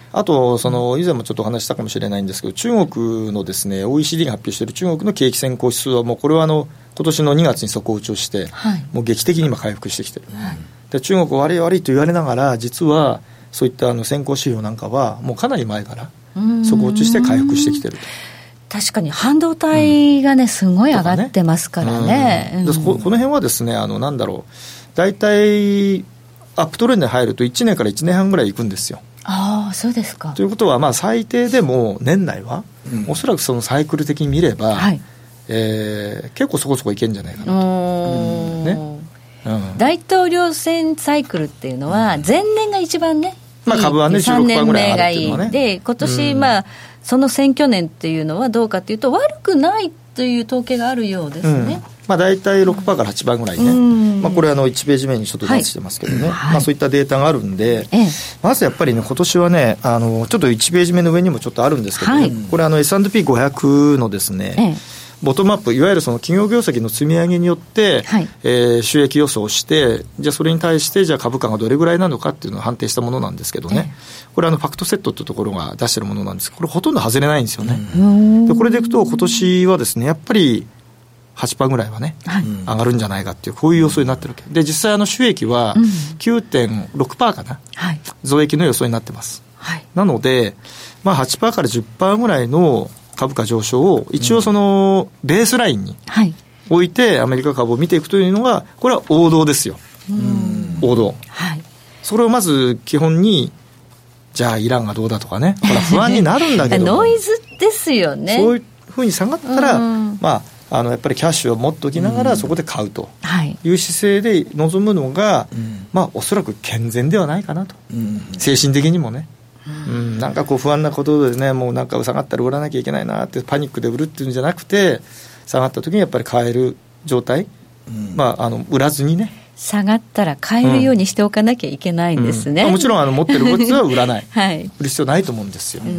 あとその以前もちょっとお話したかもしれないんですけど、中国のですね オーイーシーディー が発表している中国の景気先行指数はもうこれはあの今年のにがつに底打ちをして、はい、もう劇的に今回復してきてる、はい、で中国悪い悪いと言われながら実はそういったあの先行指標なんかはもうかなり前から底打ちして回復してきてると。 確かに半導体がね、うん、すごい上がってますからね、 うんうん、でこ, この辺はですねあのなんだろう大体アップトレンドに入るといちねんからいちねんはんぐらいいくんですよ。 ああそうですか。 ということはまあ最低でも年内は、うん、おそらくそのサイクル的に見れば、はいえー、結構そこそこいけるんじゃないかなと、うんねうん、 大統領選サイクルっていうのは前年が一番ね、 まあ、株はねじゅうろくパーセントぐらい上がるっていうのはねで今年、まあ、その選挙年っていうのはどうかっていうと悪くないという統計があるようですね、うんまあ、大体 ろくパーセント から はちパーセント ぐらいね、まあ、これあのいちページ目にちょっと出してますけどね、はいまあ、そういったデータがあるんで、ええ、まずやっぱりね今年はねあのちょっといちページ目の上にもちょっとあるんですけど、ねはい、これあの エスアンドピーごひゃく のですね、ええボトムアップいわゆるその企業業績の積み上げによって、はいえー、収益予想をしてじゃあそれに対してじゃあ株価がどれぐらいなのかっていうのを判定したものなんですけどね、えー、これあのファクトセットっていうところが出してるものなんですけどこれほとんど外れないんですよね。でこれでいくと今年はですねやっぱり はちパーセント ぐらいはね、はい、上がるんじゃないかっていうこういう予想になってるわけで実際あの収益は きゅうてんろくパーセント かな、はい、増益の予想になってます、はい、なので、まあ、はちパーセント から じゅっパーセント ぐらいの株価上昇を一応そのベースラインに置いてアメリカ株を見ていくというのがこれは王道ですよ。うん王道、はい、それをまず基本にじゃあイランがどうだとかねこれは不安になるんだけどノイズですよね。 そういうふうに下がったら、まあ、あのやっぱりキャッシュを持っておきながらそこで買うという姿勢で臨むのが、まあ、おそらく健全ではないかなと、精神的にもねうん、なんかこう不安なことでねもうなんか下がったら売らなきゃいけないなってパニックで売るっていうんじゃなくて下がった時にやっぱり買える状態、うんまあ、あの売らずにね下がったら買えるようにしておかなきゃいけないんですね、 うんうん、もちろんあの持ってる物は売らない、はい、売る必要ないと思うんですよ、うんうん、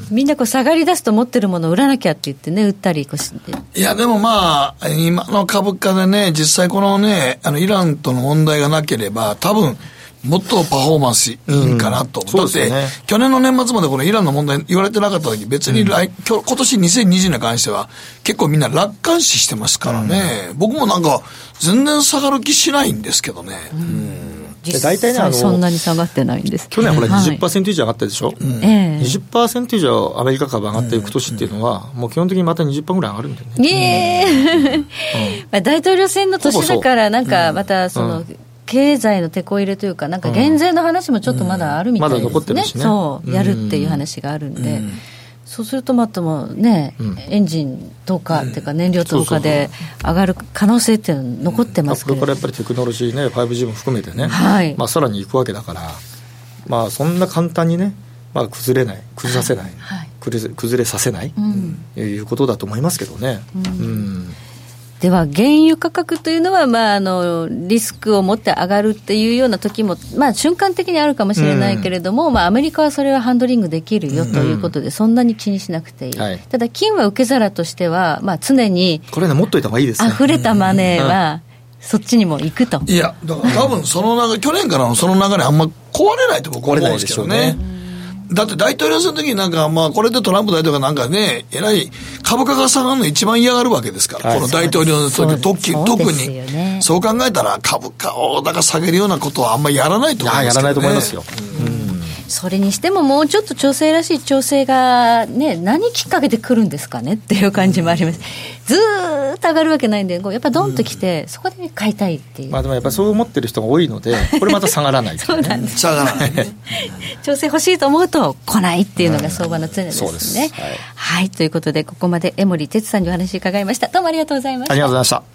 みんなこう下がり出すと持ってるものを売らなきゃって言ってね売ったりこうしていやでもまあ今の株価でね実際このねあのイランとの問題がなければ多分もっとパフォーマンスいいんかなと、うん、だって、ね、去年の年末までこのイランの問題言われてなかった時別に来、うん、今, 今年にせんにじゅうねんに関しては結構みんな楽観視してますからね、うん、僕もなんか全然下がる気しないんですけどね、うんうん実際そんなに下がってないんです。 去年ほら にじゅっパーセント 以上上がったでしょ、うん、にじゅっパーセント 以上アメリカ株上がっていく年っていうのは、うん、もう基本的にまた にじゅっパーセント ぐらい上がるんだよね。 イエーイ、うんまあ、大統領選の年だからなんかまたその、うん経済のテこ入れというかなんか減税の話もちょっとまだあるみたいですね、うん、まだ残ってるしねそうやるっていう話があるんで、うん、そうするとまたもうね、うん、エンジン投下っていうか燃料投下で上がる可能性っていうの残ってますけど、 これからやっぱりテクノロジーね ファイブジー も含めてね、はいまあ、さらに行くわけだからまあそんな簡単にね、まあ、崩れない崩させない、はいはい、崩れさせない、うん、いうことだと思いますけどね、うんうんでは原油価格というのは、まあ、あのリスクを持って上がるっていうような時も、まあ、瞬間的にあるかもしれないけれども、うんまあ、アメリカはそれはハンドリングできるよということで、うん、そんなに気にしなくていい、はい、ただ金は受け皿としては、まあ、常にこれね持っといた方がいいですね溢れたマネーは、うん、そっちにも行くといやだから多分その流れ去年からのその流れあんま壊れないと僕は思うんですけどね。だって大統領選の時になんかまあこれでトランプ大統領がなんかねえらい株価が下がるの一番嫌がるわけですから、はい、この大統領の時特, 特にそう考えたら株価をだから下げるようなことはあんまりやらないと思いますけどね。 やらないと思いますよ、うん、 それにしてももうちょっと調整らしい調整がね何きっかけで来るんですかねっていう感じもあります。ずーっと上がるわけないんでやっぱドンと来て、うん、そこで買いたいっていう、 まあ、でもやっぱりそう思ってる人が多いのでこれまた下がらない、ね、 そうなんです下がらない調整欲しいと思うと来ないっていうのが相場の常ですね、うん、そうです、はい、はい、ということでここまで江守哲さんにお話伺いました。どうもありがとうございました。 ありがとうございま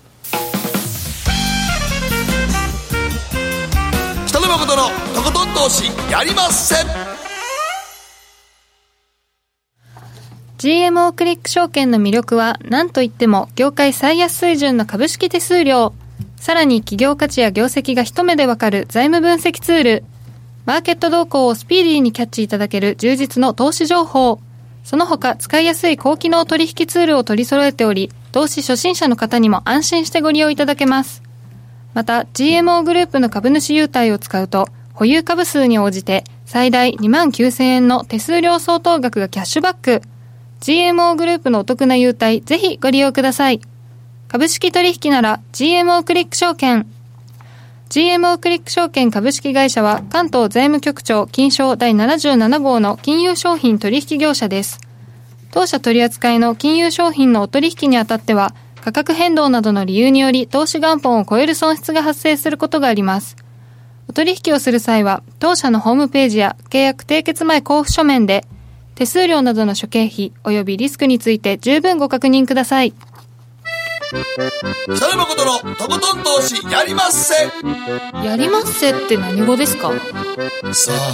した。北野誠のとことん投資やりません。 ジーエムオー クリック証券の魅力は何といっても業界最安水準の株式手数料、さらに企業価値や業績が一目でわかる財務分析ツール、マーケット動向をスピーディーにキャッチいただける充実の投資情報、その他使いやすい高機能取引ツールを取り揃えており、投資初心者の方にも安心してご利用いただけます。また ジーエムオー グループの株主優待を使うと保有株数に応じて最大にまんきゅうせんえんの手数料相当額がキャッシュバック。 ジーエムオー グループのお得な優待、ぜひご利用ください。株式取引なら ジーエムオー クリック証券。 ジーエムオー クリック証券株式会社は関東財務局長金商だいななじゅうなな号の金融商品取引業者です。当社取扱いの金融商品のお取引にあたっては価格変動などの理由により投資元本を超える損失が発生することがあります。お取引をする際は当社のホームページや契約締結前交付書面で手数料などの諸経費及びリスクについて十分ご確認ください。 北野誠のとことん投資やりまっせ。 やりまっせって何語ですか？ さあ、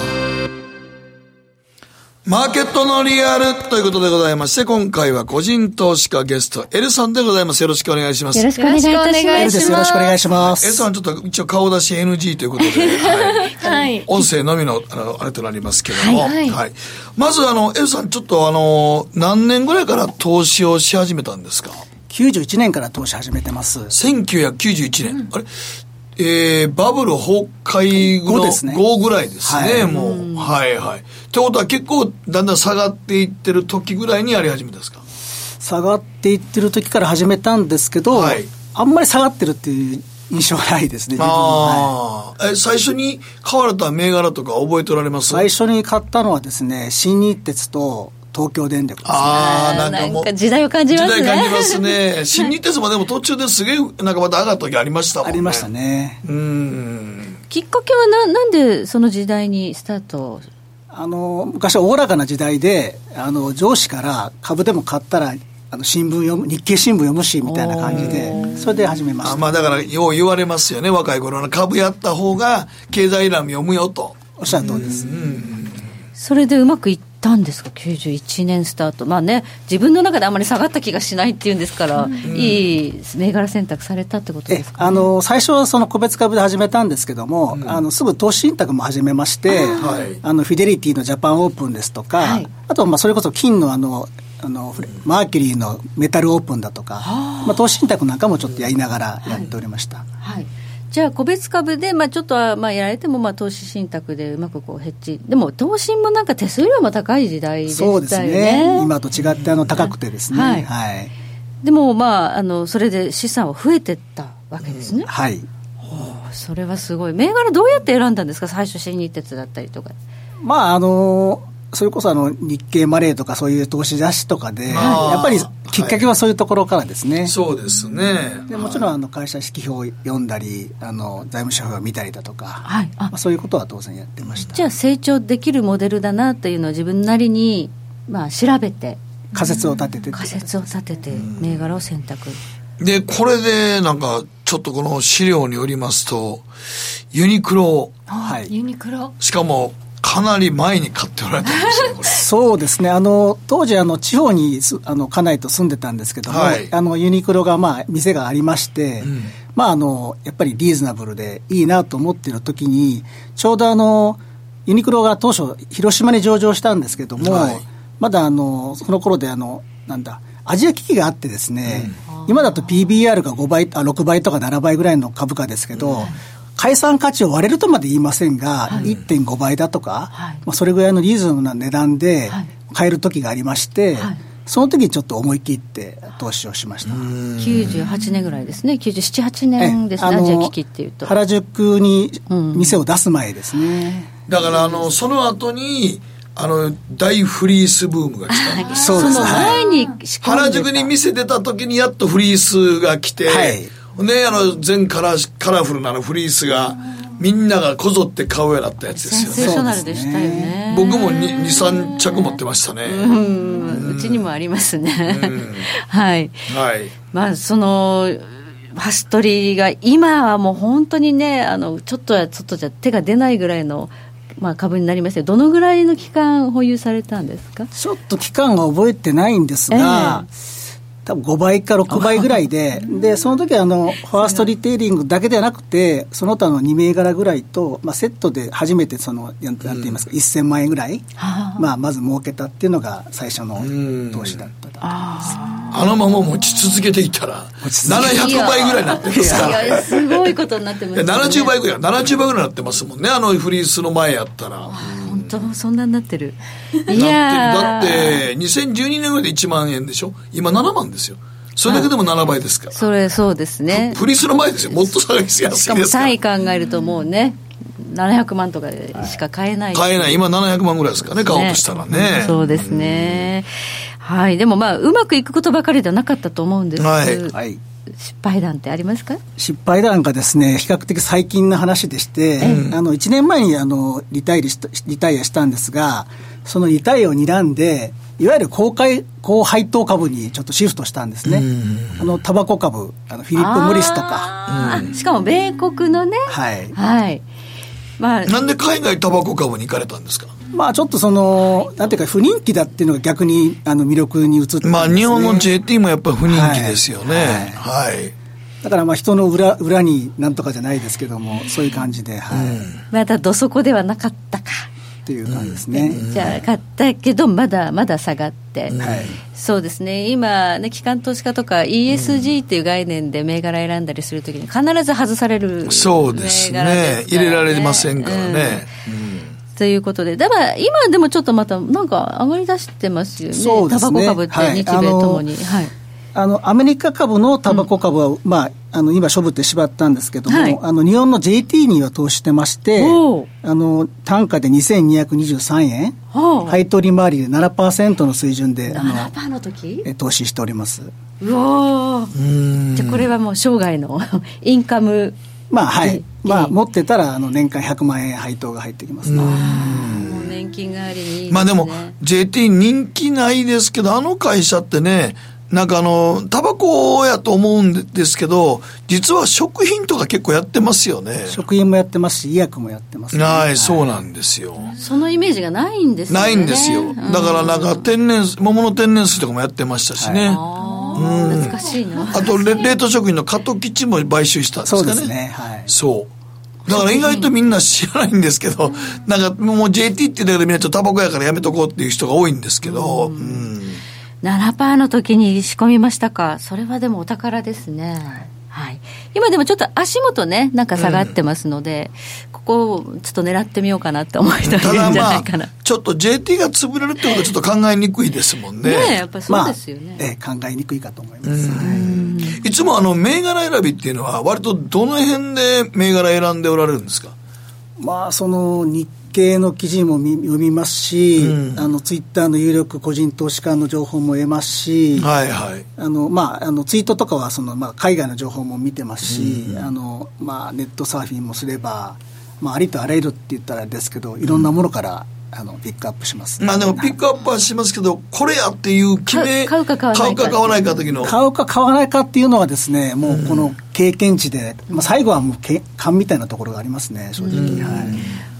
マーケットのリアルということでございまして、今回は個人投資家ゲスト L さんでございます。よろしくお願いします。 よろしくお願いいたします。 L です。よろしくお願いします。 L さんちょっと一応顔出し エヌジー ということで、はいはい、音声のみの あのあれとなりますけども、はいはいはい、まずあの L さんちょっとあの何年ぐらいから投資をし始めたんですか？ きゅうじゅういちねんから投資始めてます。 せんきゅうひゃくきゅうじゅういちねん、うん、あれえー、バブル崩壊後のごぐらいですね、はい、もう、うん、はいはい。ってことは結構だんだん下がっていってる時ぐらいにやり始めたんですか？ 下がっていってる時から始めたんですけど、はい、あんまり下がってるっていう印象はないですね。 あ、はい、え最初に買われた銘柄とか覚えておられます？ 最初に買ったのはですね、新日鉄と東京電力ですね。 ああ、なんかもうなんか時代を感じますね。 時代感じますね。新日鉄もでも途中ですげえなんかまた上がった時ありましたもんね。 ありましたね。 うーん。 きっかけはななんでその時代にスタート？ あの昔はおおらかな時代で、あの上司から株でも買ったらあの新聞読む、日経新聞読むしみたいな感じで、それで始めました。 あ、まあだからよう言われますよね、若い頃の株やった方が経済欄読むよと。 おっしゃる通りです。うんうん、 それでうまくいったんですか？きゅうじゅういちねんスタート。まあね、自分の中であんまり下がった気がしないっていうんですから、うん、いい銘柄選択されたってことですか、ね？ えあの最初はその個別株で始めたんですけども、うん、あのすぐ投資信託も始めまして、あ、はい、あのフィデリティのジャパンオープンですとか、はい、あとまあそれこそ金のあのあのマーキュリーのメタルオープンだとか、まあ、投資信託なんかもちょっとやりながらやっておりました。はいはい、じゃあ個別株で、まあ、ちょっとはまあやられてもまあ投資信託でうまくこうヘッジ、でも投信もなんか手数料も高い時代でしたよね。 そうですね、今と違ってあの高くてですね、はいはい、 でもまああのそれで資産は増えてったわけですね、 うん、はい。 それはすごい。銘柄どうやって選んだんですか？最初新日鉄だったりとか。 まああのそれこそあの日経マネーとかそういう投資雑誌とかでやっぱりきっかけはそういうところからですね、はい、 そうですね。 でもちろんあの会社指揮表を読んだりあの財務諸表を見たりだとか、はい、あ、まあ、そういうことは当然やってました。 じゃあ成長できるモデルだなというのを自分なりに、まあ、調べて仮説を立てて仮説を立てて銘柄を選択で、これでなんかちょっとこの資料によりますとユニクロ、 はい、ユニクロしかもかなり前に買っておられたんですよ。これそうですね、あの当時あの地方にあの家内と住んでたんですけども、はい、あのユニクロがまあ店がありまして、うん、まあ、あのやっぱりリーズナブルでいいなと思っている時にちょうどあのユニクロが当初広島に上場したんですけども、はい、まだあのその頃であのなんだアジア危機があってですね、うん、今だと ピービーアール がごばいあろくばいとかななばいぐらいの株価ですけど、うん、解散価値を割れるとまで言いませんが、はい、いってんごばいだとか、はい、まあ、それぐらいのリーズナブルな値段で買える時がありまして、はい、その時にちょっと思い切って投資をしました。 きゅうじゅうはちねんぐらいですね。きゅうじゅうなな、はちねんですね、アジア危機っていうと原宿に店を出す前ですね、 うん、だからあのその後にあの大フリースブームが来たんです。 そうです、 その前に原宿に店出た時にやっとフリースが来て、はい、ね、あの全カラカラフルなあのフリースがみんながこぞって買うようになったやつですよね。 センセーショナルでしたよね。 僕も にさんちゃく持ってましたね。 うん、うちにもありますね、うん、はい、はい、まあそのファストリーが今はもう本当にね、あのちょっとやちょっとじゃ手が出ないぐらいの、まあ、株になりまして、どのぐらいの期間保有されたんですか？ ちょっと期間が覚えてないんですが、えー多分ごばいかろくばいぐらいで、でその時はあのファーストリテイリングだけではなくて、その他のに銘柄ぐらいと、まあ、セットで初めてそのなんて言いますか、うん、せんまんえんぐらい、まあ、まず儲けたっていうのが最初の投資だったと思います。 あのまま持ち続けていったらななひゃくばいぐらいになってますから、 いやすごいことになってますね。 ななじゅうばいぐらいななじゅうばいぐらいになってますもんね、あのフリースの前やったら。 本当そんなになってる。 いやだってにせんじゅうにねんぐらいでいちまんえんでしょ、今ななまんですよ。それだけでもななばいですから。 それそうですね。 フリースの前ですよ、もっと下がり安いですから。 しかも単位考えるともうねななひゃくまんとかしか買えない、 買えない。今ななひゃくまんぐらいですかね、買おうとしたらね。 そうですね、はい。でもまあうまくいくことばかりではなかったと思うんです、はいはい、失敗談ってありますか？ 失敗談がですね、比較的最近の話でして、うん、あのいちねんまえにあのリタイアした、リタイアしたんですが、そのリタイアを睨んでいわゆる高配高配当株にちょっとシフトしたんですね。あのタバコ株、あのフィリップ・モリスとか、 うん、しかも米国のね、 はい、 はい、まあ、 なんで海外タバコ株に行かれたんですか？ まあ、ちょっとそのなんていうか不人気だっていうのが逆にあの魅力に移ってますね。 まあ、日本の ジェーティー もやっぱり不人気ですよね、はいはいはい、 だからまあ人の 裏, 裏になんとかじゃないですけども、そういう感じで、はい、うん、 まだどそこではなかったかっていう感じですね、 うん、じゃあ買ったけどまだまだ下がって、うん、はい、そうですね。今ね、機関投資家とか イーエスジー っていう概念で銘柄選んだりするときに必ず外される銘柄ですからね。 そうですね、入れられませんからね、うんうん、 ということで、だから今でもちょっとまたなんか上がり出してますよね。そうですね、タバコ株って日米ともに、はい、 あのアメリカ株のタバコ株は、うん、まあ、あの今処分って縛ったんですけども、はい、あの日本の ジェーティー には投資してまして、あの単価でにせんにひゃくにじゅうさんえん、配当利回りで ななパーセント の水準であのななパーセント の時え投資しております。 うわー、じゃあこれはもう生涯のインカム、 まあはい、まあ、持ってたらあの年間ひゃくまんえん配当が入ってきますね。 もう年金代わりにいいですね。 まあでも ジェーティー 人気ないですけど、あの会社ってね、なんかあのタバコやと思うんですけど、実は食品とか結構やってますよね。 食品もやってますし医薬もやってますね。 はい、そうなんですよ。 そのイメージがないんですよね。 ないんですよ。だからなんか天然桃の天然水とかもやってましたしね、 はい、うん、懐かしいな。 あと冷凍食品の加藤吉も買収したんですかね。 そうですね、はい、 そうだから意外とみんな知らないんですけど、なんかもう ジェーティー ってだけでみんなちょっとタバコやからやめとこうっていう人が多いんですけど、うん、うん、 ななパーセント の時に仕込みましたか。それはでもお宝ですね、はい、今でもちょっと足元ねなんか下がってますので、うん、ここをちょっと狙ってみようかなって思う人がいるんじゃないかな。ただまあちょっと ジェーティー が潰れるってことはちょっと考えにくいですもんね。 ねえ、やっぱりそうですよね、 まあ、えー、考えにくいかと思います、 はい、いつもあの銘柄選びっていうのは割とどの辺で銘柄選んでおられるんですか？ まあその日経の記事も読みますし、うん、あのツイッターの有力個人投資家の情報も得ますし、 はいはい、 あのまあ、あのツイートとかはその、まあ、海外の情報も見てますし、うん、あのまあ、ネットサーフィンもすれば、まあ、ありとあらゆるって言ったらですけど、いろんなものから、うん、あのピックアップします、ね。 まあ、でもピックアップはしますけど、これやっていう決め、 買うか買わないか、 買うか買わないか時の買うか買わないかっていうのはですね、もうこの経験値で、まあ、最後はもう勘みたいなところがありますね、正直、うん、はい、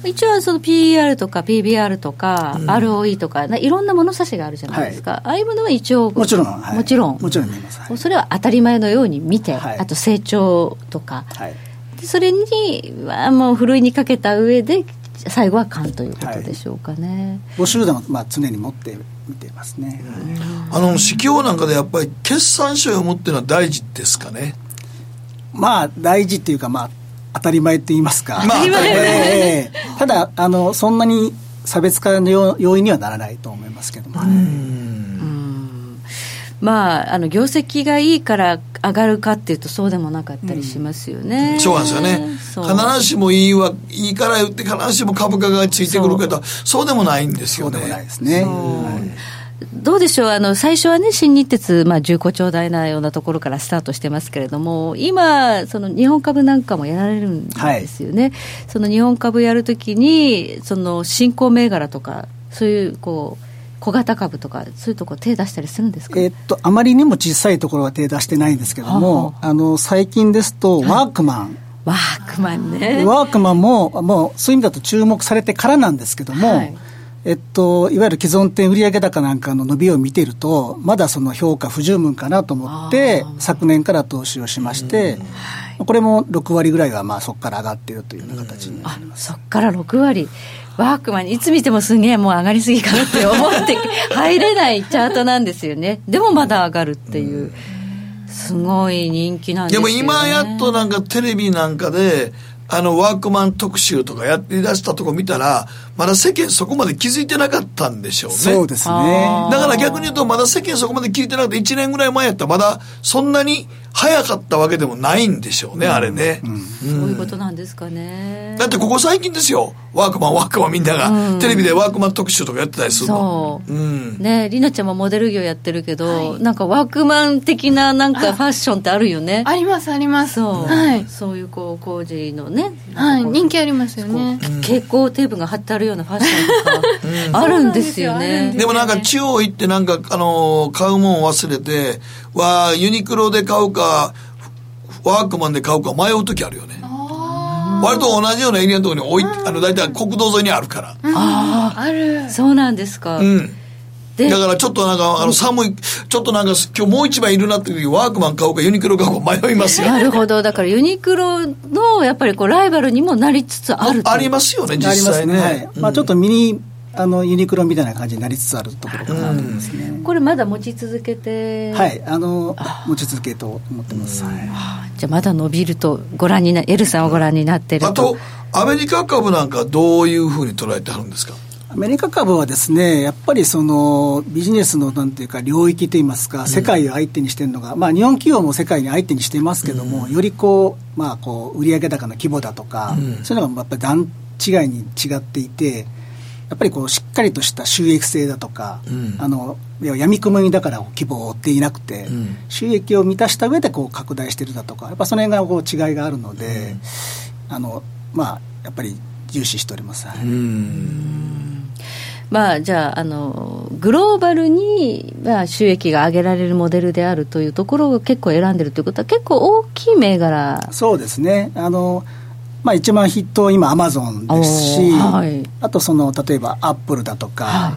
一応その ピーイーアール とか ピービーアール とか アールオーイー とかいろんな物差しがあるじゃないですか、はい、ああいうものは一応もちろん、はい、 もちろんもちろん見ます、はい、 それは当たり前のように見て、はい、あと成長とか、はい、でそれにはもうふるいにかけた上で最後は勘ということでしょうかね。 母集団はまあ常に持って見てますね、 うん、あの市況なんかでやっぱり決算書を読むっていうのは大事ですかね。 まあ大事っていうか、まあ当たり前って言いますか、 まあ、当たり前、 えー、ただあのそんなに差別化の要因にはならないと思いますけども、うん、 うんまあ、あの業績がいいから上がるかっていうとそうでもなかったりしますよね、 うん、そうなんですよね。必ずしもいいわいいから言って必ずしも株価がついてくるけどそうでもないんですよね。 そうでもないですね。 どうでしょう、あの最初はね新日鉄、まあ、じゅうごちょうだいなようなところからスタートしてますけれども、今その日本株なんかもやられるんですよね、はい、その日本株やるときにその新興銘柄とかそういうこう小型株とかそういうところ手出したりするんですか？ えー、っとあまりにも小さいところは手出してないんですけども、はあ、あの最近ですとワークマン、はい、 ワークマンね。 ワークマンももうそういう意味だと注目されてからなんですけども、はい、 えっと、いわゆる既存店売上高なんかの伸びを見ていると、まだその評価不十分かなと思って、昨年から投資をしまして、これもろくわりぐらいはまあそこから上がっているというような形になります。 そこからろくわり、ワークマンいつ見てもすげえもう上がりすぎかなって思って入れないチャートなんですよね。でもまだ上がるっていう、すごい人気なんですよね。 でも今やっとなんかテレビなんかであのワークマン特集とかやって出したとこ見たら、まだ世間そこまで気づいてなかったんでしょうね。 そうですね。 だから逆に言うと、まだ世間そこまで聞いてなくて、いちねんぐらい前やったらまだそんなに早かったわけでもないんでしょうね、うん、あれね、 うんうん、そういうことなんですかね。 だってここ最近ですよ、ワークマンワークマンみんなが、うん、テレビでワークマン特集とかやってたりするの。 そう、うん、ね、りなちゃんもモデル業やってるけど、はい、なんかワークマン的ななんかファッションってあるよね。 あ, ありますあります。 そう、はい、そういうこう工事のね、 はい、人気ありますよね。 蛍光テープが貼ってあるようなファッションとか、うん、あるんですよね。 でもなんか地方行ってなんかあの買うもん忘れて、わユニクロで買うかワークマンで買うか迷う時あるよね。割と同じようなエリアのところに置いて、あの大体国道沿いにあるから。 ああ、ある。そうなんですか。 うん。だからちょっとなんかあの寒い、ちょっとなんか今日もう一枚いるなっていう時ワークマン買うかユニクロ買うか迷いますよ。 なるほど。だからユニクロのやっぱりこうライバルにもなりつつあると。 ありますよね、実際ね。 ありますね。はい。うん、まあちょっとミニあのユニクロみたいな感じになりつつあるところかなと思いますね。 うん、これまだ持ち続けて、 はい、あの持ち続けと思ってます。はい、 じゃあまだ伸びるとご覧にな、エルさんをご覧になってると。 あとアメリカ株なんかどういうふうに捉えてあるんですか。 アメリカ株はですね、やっぱりそのビジネスのなんていうか領域といいますか、世界を相手にしているのが、うん、まあ日本企業も世界に相手にしていますけども、うん、よりこうまあこう売上高の規模だとか、うん、そういうのがやっぱり段違いに違っていて。やっぱりこうしっかりとした収益性だとか、うん、あの闇雲にだから規模を追っていなくて、うん、収益を満たした上でこう拡大しているだとか、やっぱその辺がこう違いがあるので、うん、あのまあやっぱり重視しております。はい、うん、 まあ、じゃあ、あのグローバルに、まあ、収益が上げられるモデルであるというところを結構選んでるということは結構大きい銘柄。 そうですね。あのまあ、一番筆頭今アマゾンですし、はい、あとその例えばアップルだとか、はい、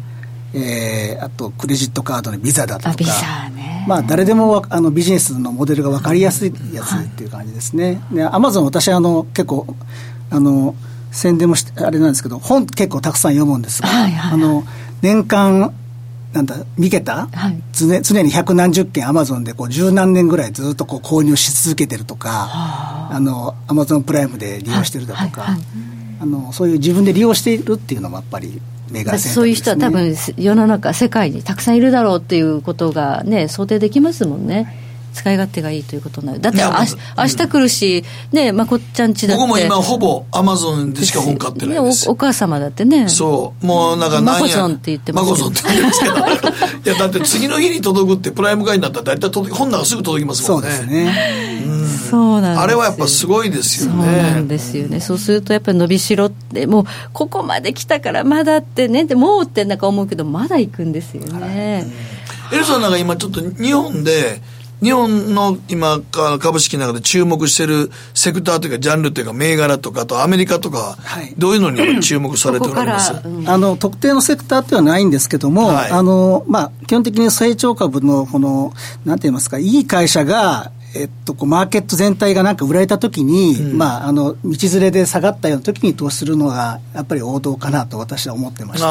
えー、あとクレジットカードのビザだとか、 ビザね、 まあ、誰でもあのビジネスのモデルが分かりやすいやつっていう感じですね。でアマゾン私あの結構あの宣伝もしてあれなんですけど、本結構たくさん読むんですが、はいはいはい、あの年間なんだ三桁、はい、常, 常に百何十件アマゾンでこう十何年ぐらいずっとこう購入し続けてるとか、あのアマゾンプライムで利用してるだとか、はいはいはい、あのそういう自分で利用しているっていうのもやっぱり銘柄選択ですね。 そういう人は多分世の中世界にたくさんいるだろうっていうことがね想定できますもんね。使い勝手がいいということになる。だってあし明日来るし、ね、まこっちゃんちだって僕も今ほぼアマゾンでしか本買ってないです。 お, お母様だってね。 そうもうなんか何やマコソンって言ってますけど、 マコソンって言ってますけどいやだって次の日に届くってプライム会員だったら大体届き本なんかすぐ届きますもんね。 そうですね、 うん、 そうなんですよ。 あれはやっぱすごいですよね。 そうなんですよね。そうするとやっぱり伸びしろってもうここまで来たからまだってね、でもうってなんか思うけどまだ行くんですよね。 エルさんなんか今ちょっと日本で日本の今株式の中で注目しているセクターというかジャンルというか銘柄とか、あとアメリカとか、はい、どういうのに注目されておられます？ ここから、うん、あの特定のセクターではないんですけども、はい、あのまあ、基本的に成長株のこのなんて言いますか、いい会社がえっと、こうマーケット全体がなんか売られたときに、うん、まあ、あの道連れで下がったようなときに投資するのがやっぱり王道かなと私は思ってまして、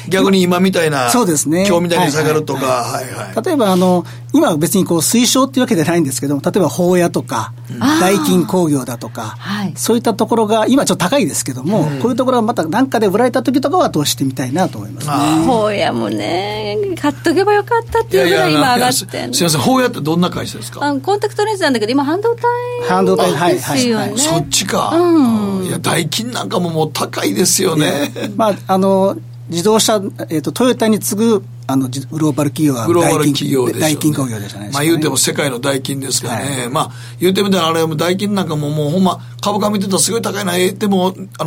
逆に今みたいな、 そうですね、 今日みたいに下がるとか、はいはいはいはい、 例えばあの今は別にこう推奨っていうわけじゃないんですけども、例えば宝屋とか、うん、ダイキン工業だとか、はい、そういったところが今ちょっと高いですけども、うん、こういうところはまた何かで売られたときとかは投資してみたいなと思いますね。 宝屋もね買っとけばよかったっていうぐらい今上がってん、 いやいや、すいません、宝屋ってどんな会社ですか？ あのコンタクトレンズなんだけど今半導体半導体、はいですよね、 はいはい、 そっちか、 うん、 いやダイキンなんかももう高いですよね。 まああの自動車、えーと、トヨタに次ぐあのグローバル企業はグローバル企業でしょうね。 ダイキン工業じゃないですか、ね、 まあ言うても世界のダイキンですからね、 はい、 まあ言うてみたらあれダイキンなんかももうほんま株価見てたらすごい高いな、えー、でもあの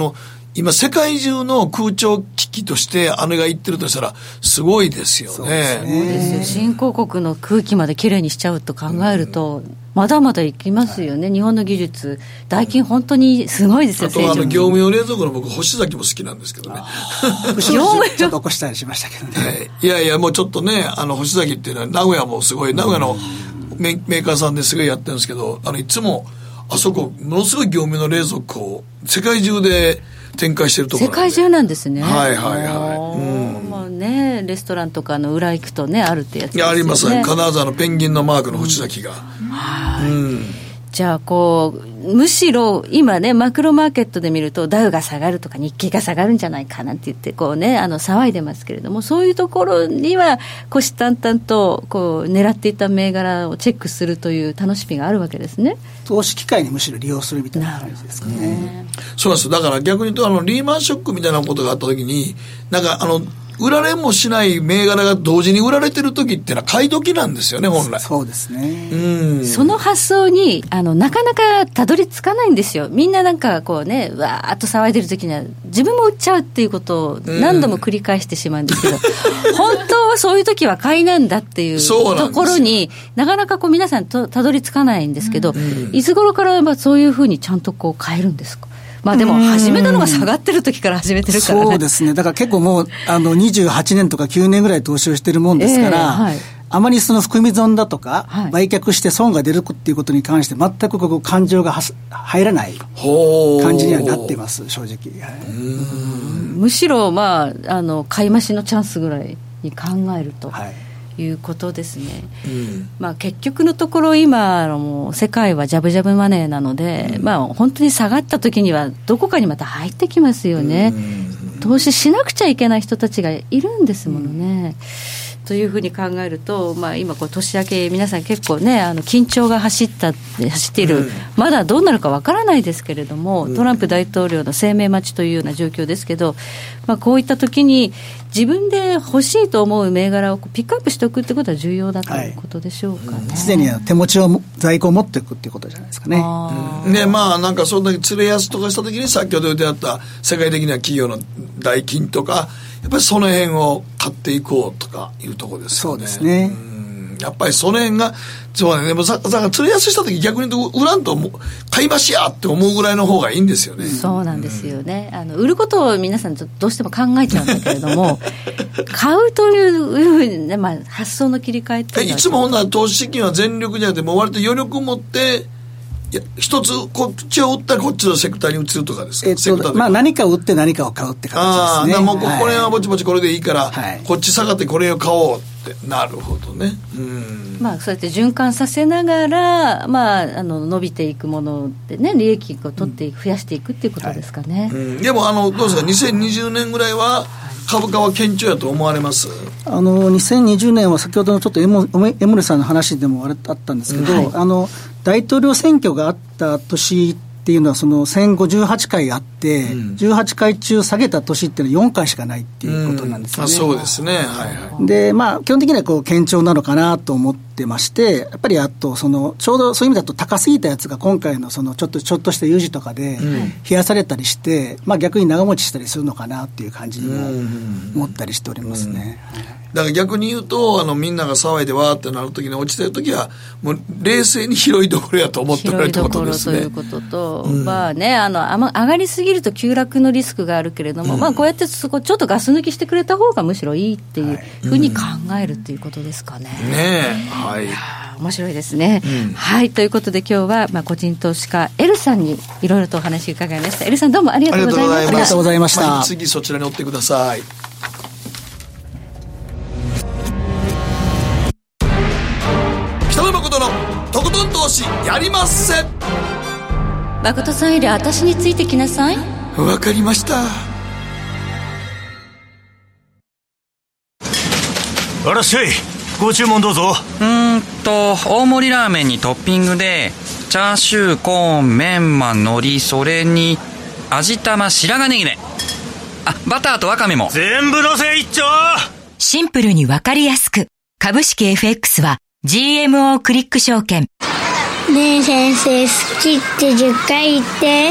今世界中の空調機器としてあれがいってるとしたらすごいですよね。そうですね。そうですよ。新興国の空気まできれいにしちゃうと考えると、うん、まだまだいきますよね、はい、日本の技術ダイキン本当にすごいですよ。 あとあの業務用冷蔵庫の僕干し崎も好きなんですけどね。 業務用ちょっと起こしたりしましたけどね、 はい、いやいやもうちょっとねあの干し崎っていうのは名古屋もすごい名古屋のメーカーさんですごいやってるんですけど、あのいつもあそこものすごい業務用の冷蔵庫を世界中で展開してるところ世界中なんですね。 はいはいはい、 うん、まあね、レストランとかの裏行くとねあるってやつですよね。いやあります。金沢のペンギンのマークの星崎が、うん、 はい、うん、じゃあこうむしろ今ねマクロマーケットで見るとダウが下がるとか日経が下がるんじゃないかなんて言ってこうねあの騒いでますけれども、そういうところには虎視眈々とこう狙っていた銘柄をチェックするという楽しみがあるわけですね。 投資機会にむしろ利用するみたいな感じですかね。 そうです。だから逆に言うとあのリーマンショックみたいなことがあった時になんかあの売られもしない銘柄が同時に売られてる時ってのは買い時なんですよね本来。 そうですね。 うん。 その発想にあのなかなかたどり着かないんですよ。みんななんかこうねわーっと騒いでる時には自分も売っちゃうっていうことを何度も繰り返してしまうんですけど、本当はそういう時は買いなんだっていうところに な, なかなかこう皆さんとたどり着かないんですけど、うん、いつ頃からまあそういうふうにちゃんとこう買えるんですか。まあでも始めたのが下がってる時から始めてるから、ね、 そうですね。だから結構もうあのにじゅうはちねんとかきゅうねんぐらい投資をしてるもんですから、えーはい、あまりその含み損だとか、はい、売却して損が出るっていうことに関して全くこう感情がは入らない感じにはなっています正直、はい、 うんむしろまああの買い増しのチャンスぐらいに考えると、はい、いうことですね、うんまあ、結局のところ今の世界はジャブジャブマネーなので、うんまあ、本当に下がった時にはどこかにまた入ってきますよね、うん、投資しなくちゃいけない人たちがいるんですものね、うん、というふうに考えると、まあ、今こう年明け皆さん結構ねあの緊張が走った走っている、うん、まだどうなるかわからないですけれども、うん、トランプ大統領の声明待ちというような状況ですけど、まあ、こういった時に自分で欲しいと思う銘柄をピックアップしておくってことは重要だということでしょうかね。 すで、はいうん、に手持ちを在庫を持っていくっていうことじゃないですかね。 あ、うん、でまあなんかそんなに釣れ安とかした時に先ほど言ってあった世界的な企業の代金とかやっぱりその辺を買っていこうとかいうところですよね。 そうですね。 うんやっぱりその辺がそうだね。でもささ釣れ安した時逆に言うと売らんと買い増しやって思うぐらいの方がいいんですよね。 そうなんですよね、うん、あの売ることを皆さんどうしても考えちゃうんだけれども買うというふうに、ねまあ、発想の切り替えっていうのはいつもほんなら投資資金は全力じゃなくてもう割と余力を持っていや一つこっちを売ったらこっちのセクターに移るとかですか、 えっとまあ、何かを売って何かを買うって形ですね。ああもうこれはぼちぼちこれでいいから、はい、こっち下がってこれを買おうってなるほどね。うんまあ、そうやって循環させながら、まあ、あの伸びていくものでね利益を取っていく、うん、増やしていくっていうことですかね、 はいうん、でもあのどうですかにせんにじゅうねんぐらいは株価は堅調やと思われます？ あのにせんにじゅうねんは先ほどのちょっとエモルさんの話でもあったんですけど、はい、あの大統領選挙があった年っていうのはその戦後じゅうはちかいあって、うん、じゅうはちかい中下げた年っていうのはよんかいしかないっていうことなんですよね、 うん、あそうですね、はいはい、 でまあ基本的にはこう堅調なのかなと思ってまして、やっぱりあとそのちょうどそういう意味だと高すぎたやつが今回のそのちょっとちょっとした有事とかで冷やされたりして、うんまあ、逆に長持ちしたりするのかなっていう感じにも思ったりしておりますね、うんうんはいだから逆に言うとあのみんなが騒いでわーってなるときに落ちてるときはもう冷静に拾いどころやと思ってられるってことですね。 拾いどころということと、うん、まあねあのあま上がりすぎると急落のリスクがあるけれども、うんまあ、こうやってそこちょっとガス抜きしてくれた方がむしろいいっていうふうに考えるっていうことですかね。 うん、ねえはい面白いですね、うん、はいということで今日は、まあ、個人投資家 L さんにいろいろとお話伺いました。 L さんどうもありがとうございました。 ありがとうございました、 まあ、次そちらに追ってください。北野誠のとことん投資やりまっせ。 誠さんより私についてきなさい。 わかりました。 あらっしゃいご注文どうぞ。 うーんと大盛りラーメンにトッピングでチャーシューコーンメンマ海苔それに味玉白髪ネギね。あバターとワカメも全部のせ一丁。 シンプルにわかりやすく株式 エフエックス は ジーエムオー クリック証券。 ねえ先生、好きってじゅっかい言って。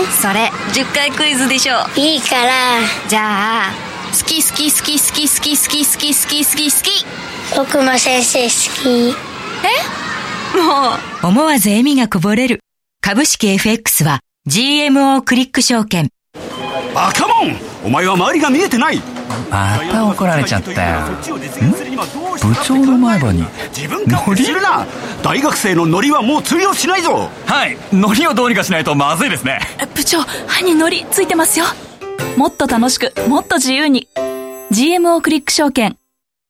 それじゅっかいクイズでしょ。 いいから。 じゃあ、好き好き好き好き好き好き好き好き好き好き。 僕も先生好き。 え？もう思わず笑みがこぼれる。株式 エフエックス は ジーエムオー クリック証券。 バカモン、お前は周りが見えてない。 また怒られちゃったよ。ん？部長の前歯にノリ？ 大学生のノリはもう通用しないぞ。 はい、ノリをどうにかしないとまずいですね。 部長、歯にノリついてますよ。もっと楽しく、もっと自由に ジーエムオー クリック証券。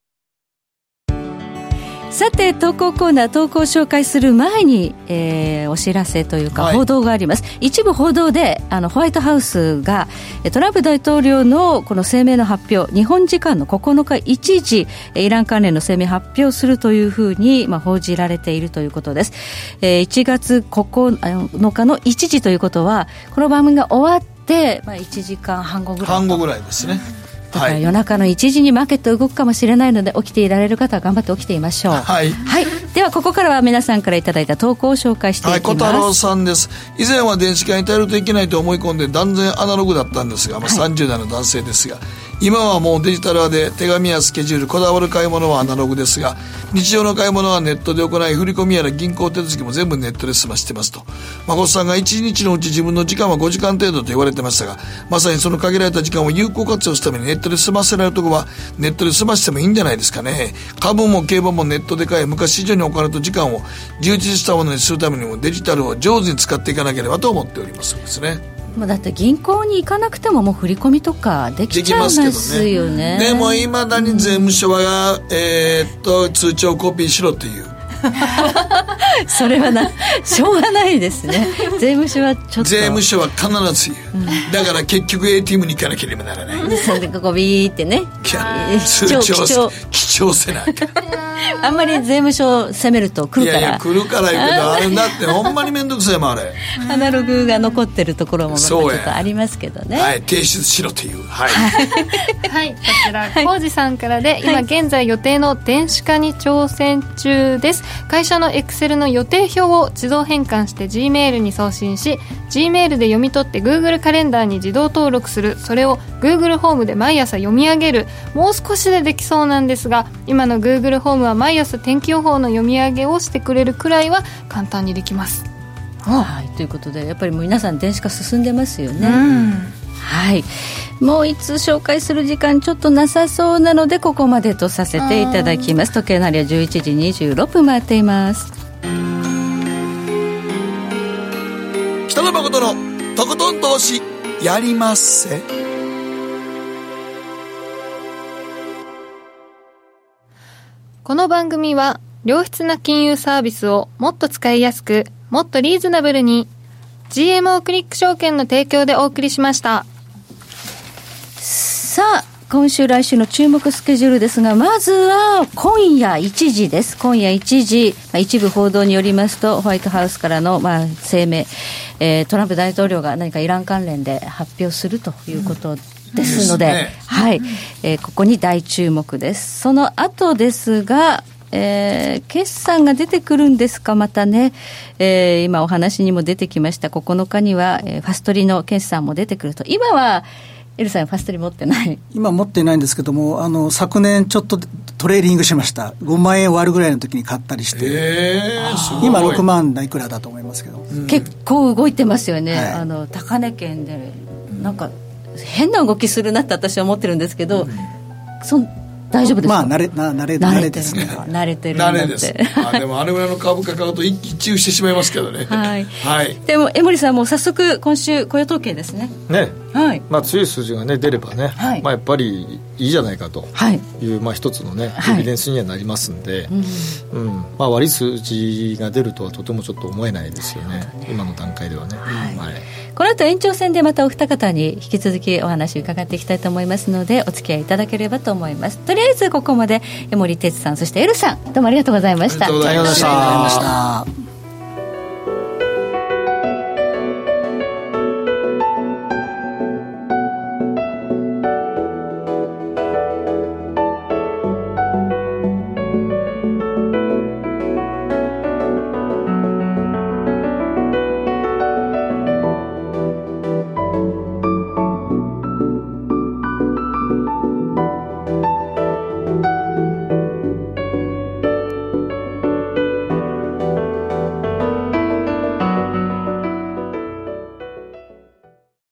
さて投稿コーナー、投稿を紹介する前に、えー、お知らせというか報道があります、はい、一部報道であのホワイトハウスがトランプ大統領のこの声明の発表、日本時間のここのか一時イラン関連の声明発表するというふうに、まあ、報じられているということです、えー、いちがつここのかの一時ということはこの番組が終わって、まあ、いちじかんはんごぐらい半後ぐらいですね。 だから夜中のいちじにマーケット動くかもしれないので、起きていられる方は頑張って起きていましょう。 はい、 はい、ではここからは皆さんからいただいた投稿を紹介していきます。 はい、小太郎さんです。以前は電子化に頼るといけないと思い込んで断然アナログだったんですが、まあ、さんじゅう代の男性ですが、はい、今はもうデジタル化で手紙やスケジュール、こだわる買い物はアナログですが、日常の買い物はネットで行い、振り込みやら銀行手続きも全部ネットで済ましてますと。誠さんがいちにちのうち自分の時間はごじかん程度と言われてましたが、まさにその限られた時間を有効活用するためにネットで済ませられるところはネットで済ましてもいいんじゃないですかね。株も競馬もネットで買い、昔以上にお金と時間を充実したものにするためにもデジタルを上手に使っていかなければと思っております。そうですね。 もうだって銀行に行かなくてももう振り込みとかできちゃいますよね。 でもいまだに税務署は、えー、っと通帳コピーしろっていうそれはなしょうがないですね。税務署はちょっと税務署は必ず言う、うん、だから結局 エーティーエム に行かなければならない。 それでここビーってね、 通帳記帳記帳せなきゃあんまり税務署を責めると来るから。 いやいや来るから言うけど、あれだってほんまに面倒くさいもんあれ。 アナログが残ってるところもちょっとありますけどね。 はい、提出しろという。はい、 はい、こちら浩二さんからで、今現在予定の電子化に挑戦中です。会社のエクセルの予定表を自動変換して G メールに送信し、 G メールで読み取って Google カレンダーに自動登録する。それを Google ホームで毎朝読み上げる。もう少しでできそうなんですが、今の Google ホームは毎朝天気予報の読み上げをしてくれるくらいは簡単にできます。 はい、ということでやっぱりもう皆さん電子化進んでますよね。うん、はい、もういつ紹介する時間ちょっとなさそうなのでここまでとさせていただきます。時計の針はじゅういちじにじゅうろっぷん回っています。 北野誠のとことん投資やりまっせ。 この番組は良質な金融サービスをもっと使いやすく、もっとリーズナブルに ジーエムオー クリック証券の提供でお送りしました。 さあ今週来週の注目スケジュールですが、まずは今夜いちじです。今夜いちじ、まあ、一部報道によりますとホワイトハウスからの、まあ、声明、えー、トランプ大統領が何かイラン関連で発表するということですので、うんですね、はい、えー、ここに大注目です。その後ですが、えー、決算が出てくるんですか。またね、えー、今お話にも出てきましたここのかには、えー、ファストリの決算も出てくると。今はエルさんファストリ持ってない？ 今持ってないんですけども、あの昨年ちょっとトレーリングしました。ごまんえん割るぐらいの時に買ったりして、 えー、 今ろくまんいくらだと思いますけど、 うん、結構動いてますよね、はい、あの高値圏でなんか変な動きするなって私は思ってるんですけど、うん、そ大丈夫ですか？ まあ慣れな慣れ慣れですね。 慣れてる慣れです。あでもあれぐらいの株価買うと一喜一憂してしまいますけどね。 はい。 はい。 でも江森さんも早速今週雇用統計ですね。 ね。 はい。 まあ強い数字がね出ればね、はい、まあやっぱりいいじゃないかという、はい、まあ一つのねエビデンスにはなりますんで、はい、うん、うん、まあ悪い数字が出るとはとてもちょっと思えないですよね。ね今の段階ではね。はい。はい、 この後延長戦でまたお二方に引き続きお話伺っていきたいと思いますのでお付き合いいただければと思います。とりあえずここまで江森哲さんそしてエルさんどうもありがとうございました。 ありがとうございました。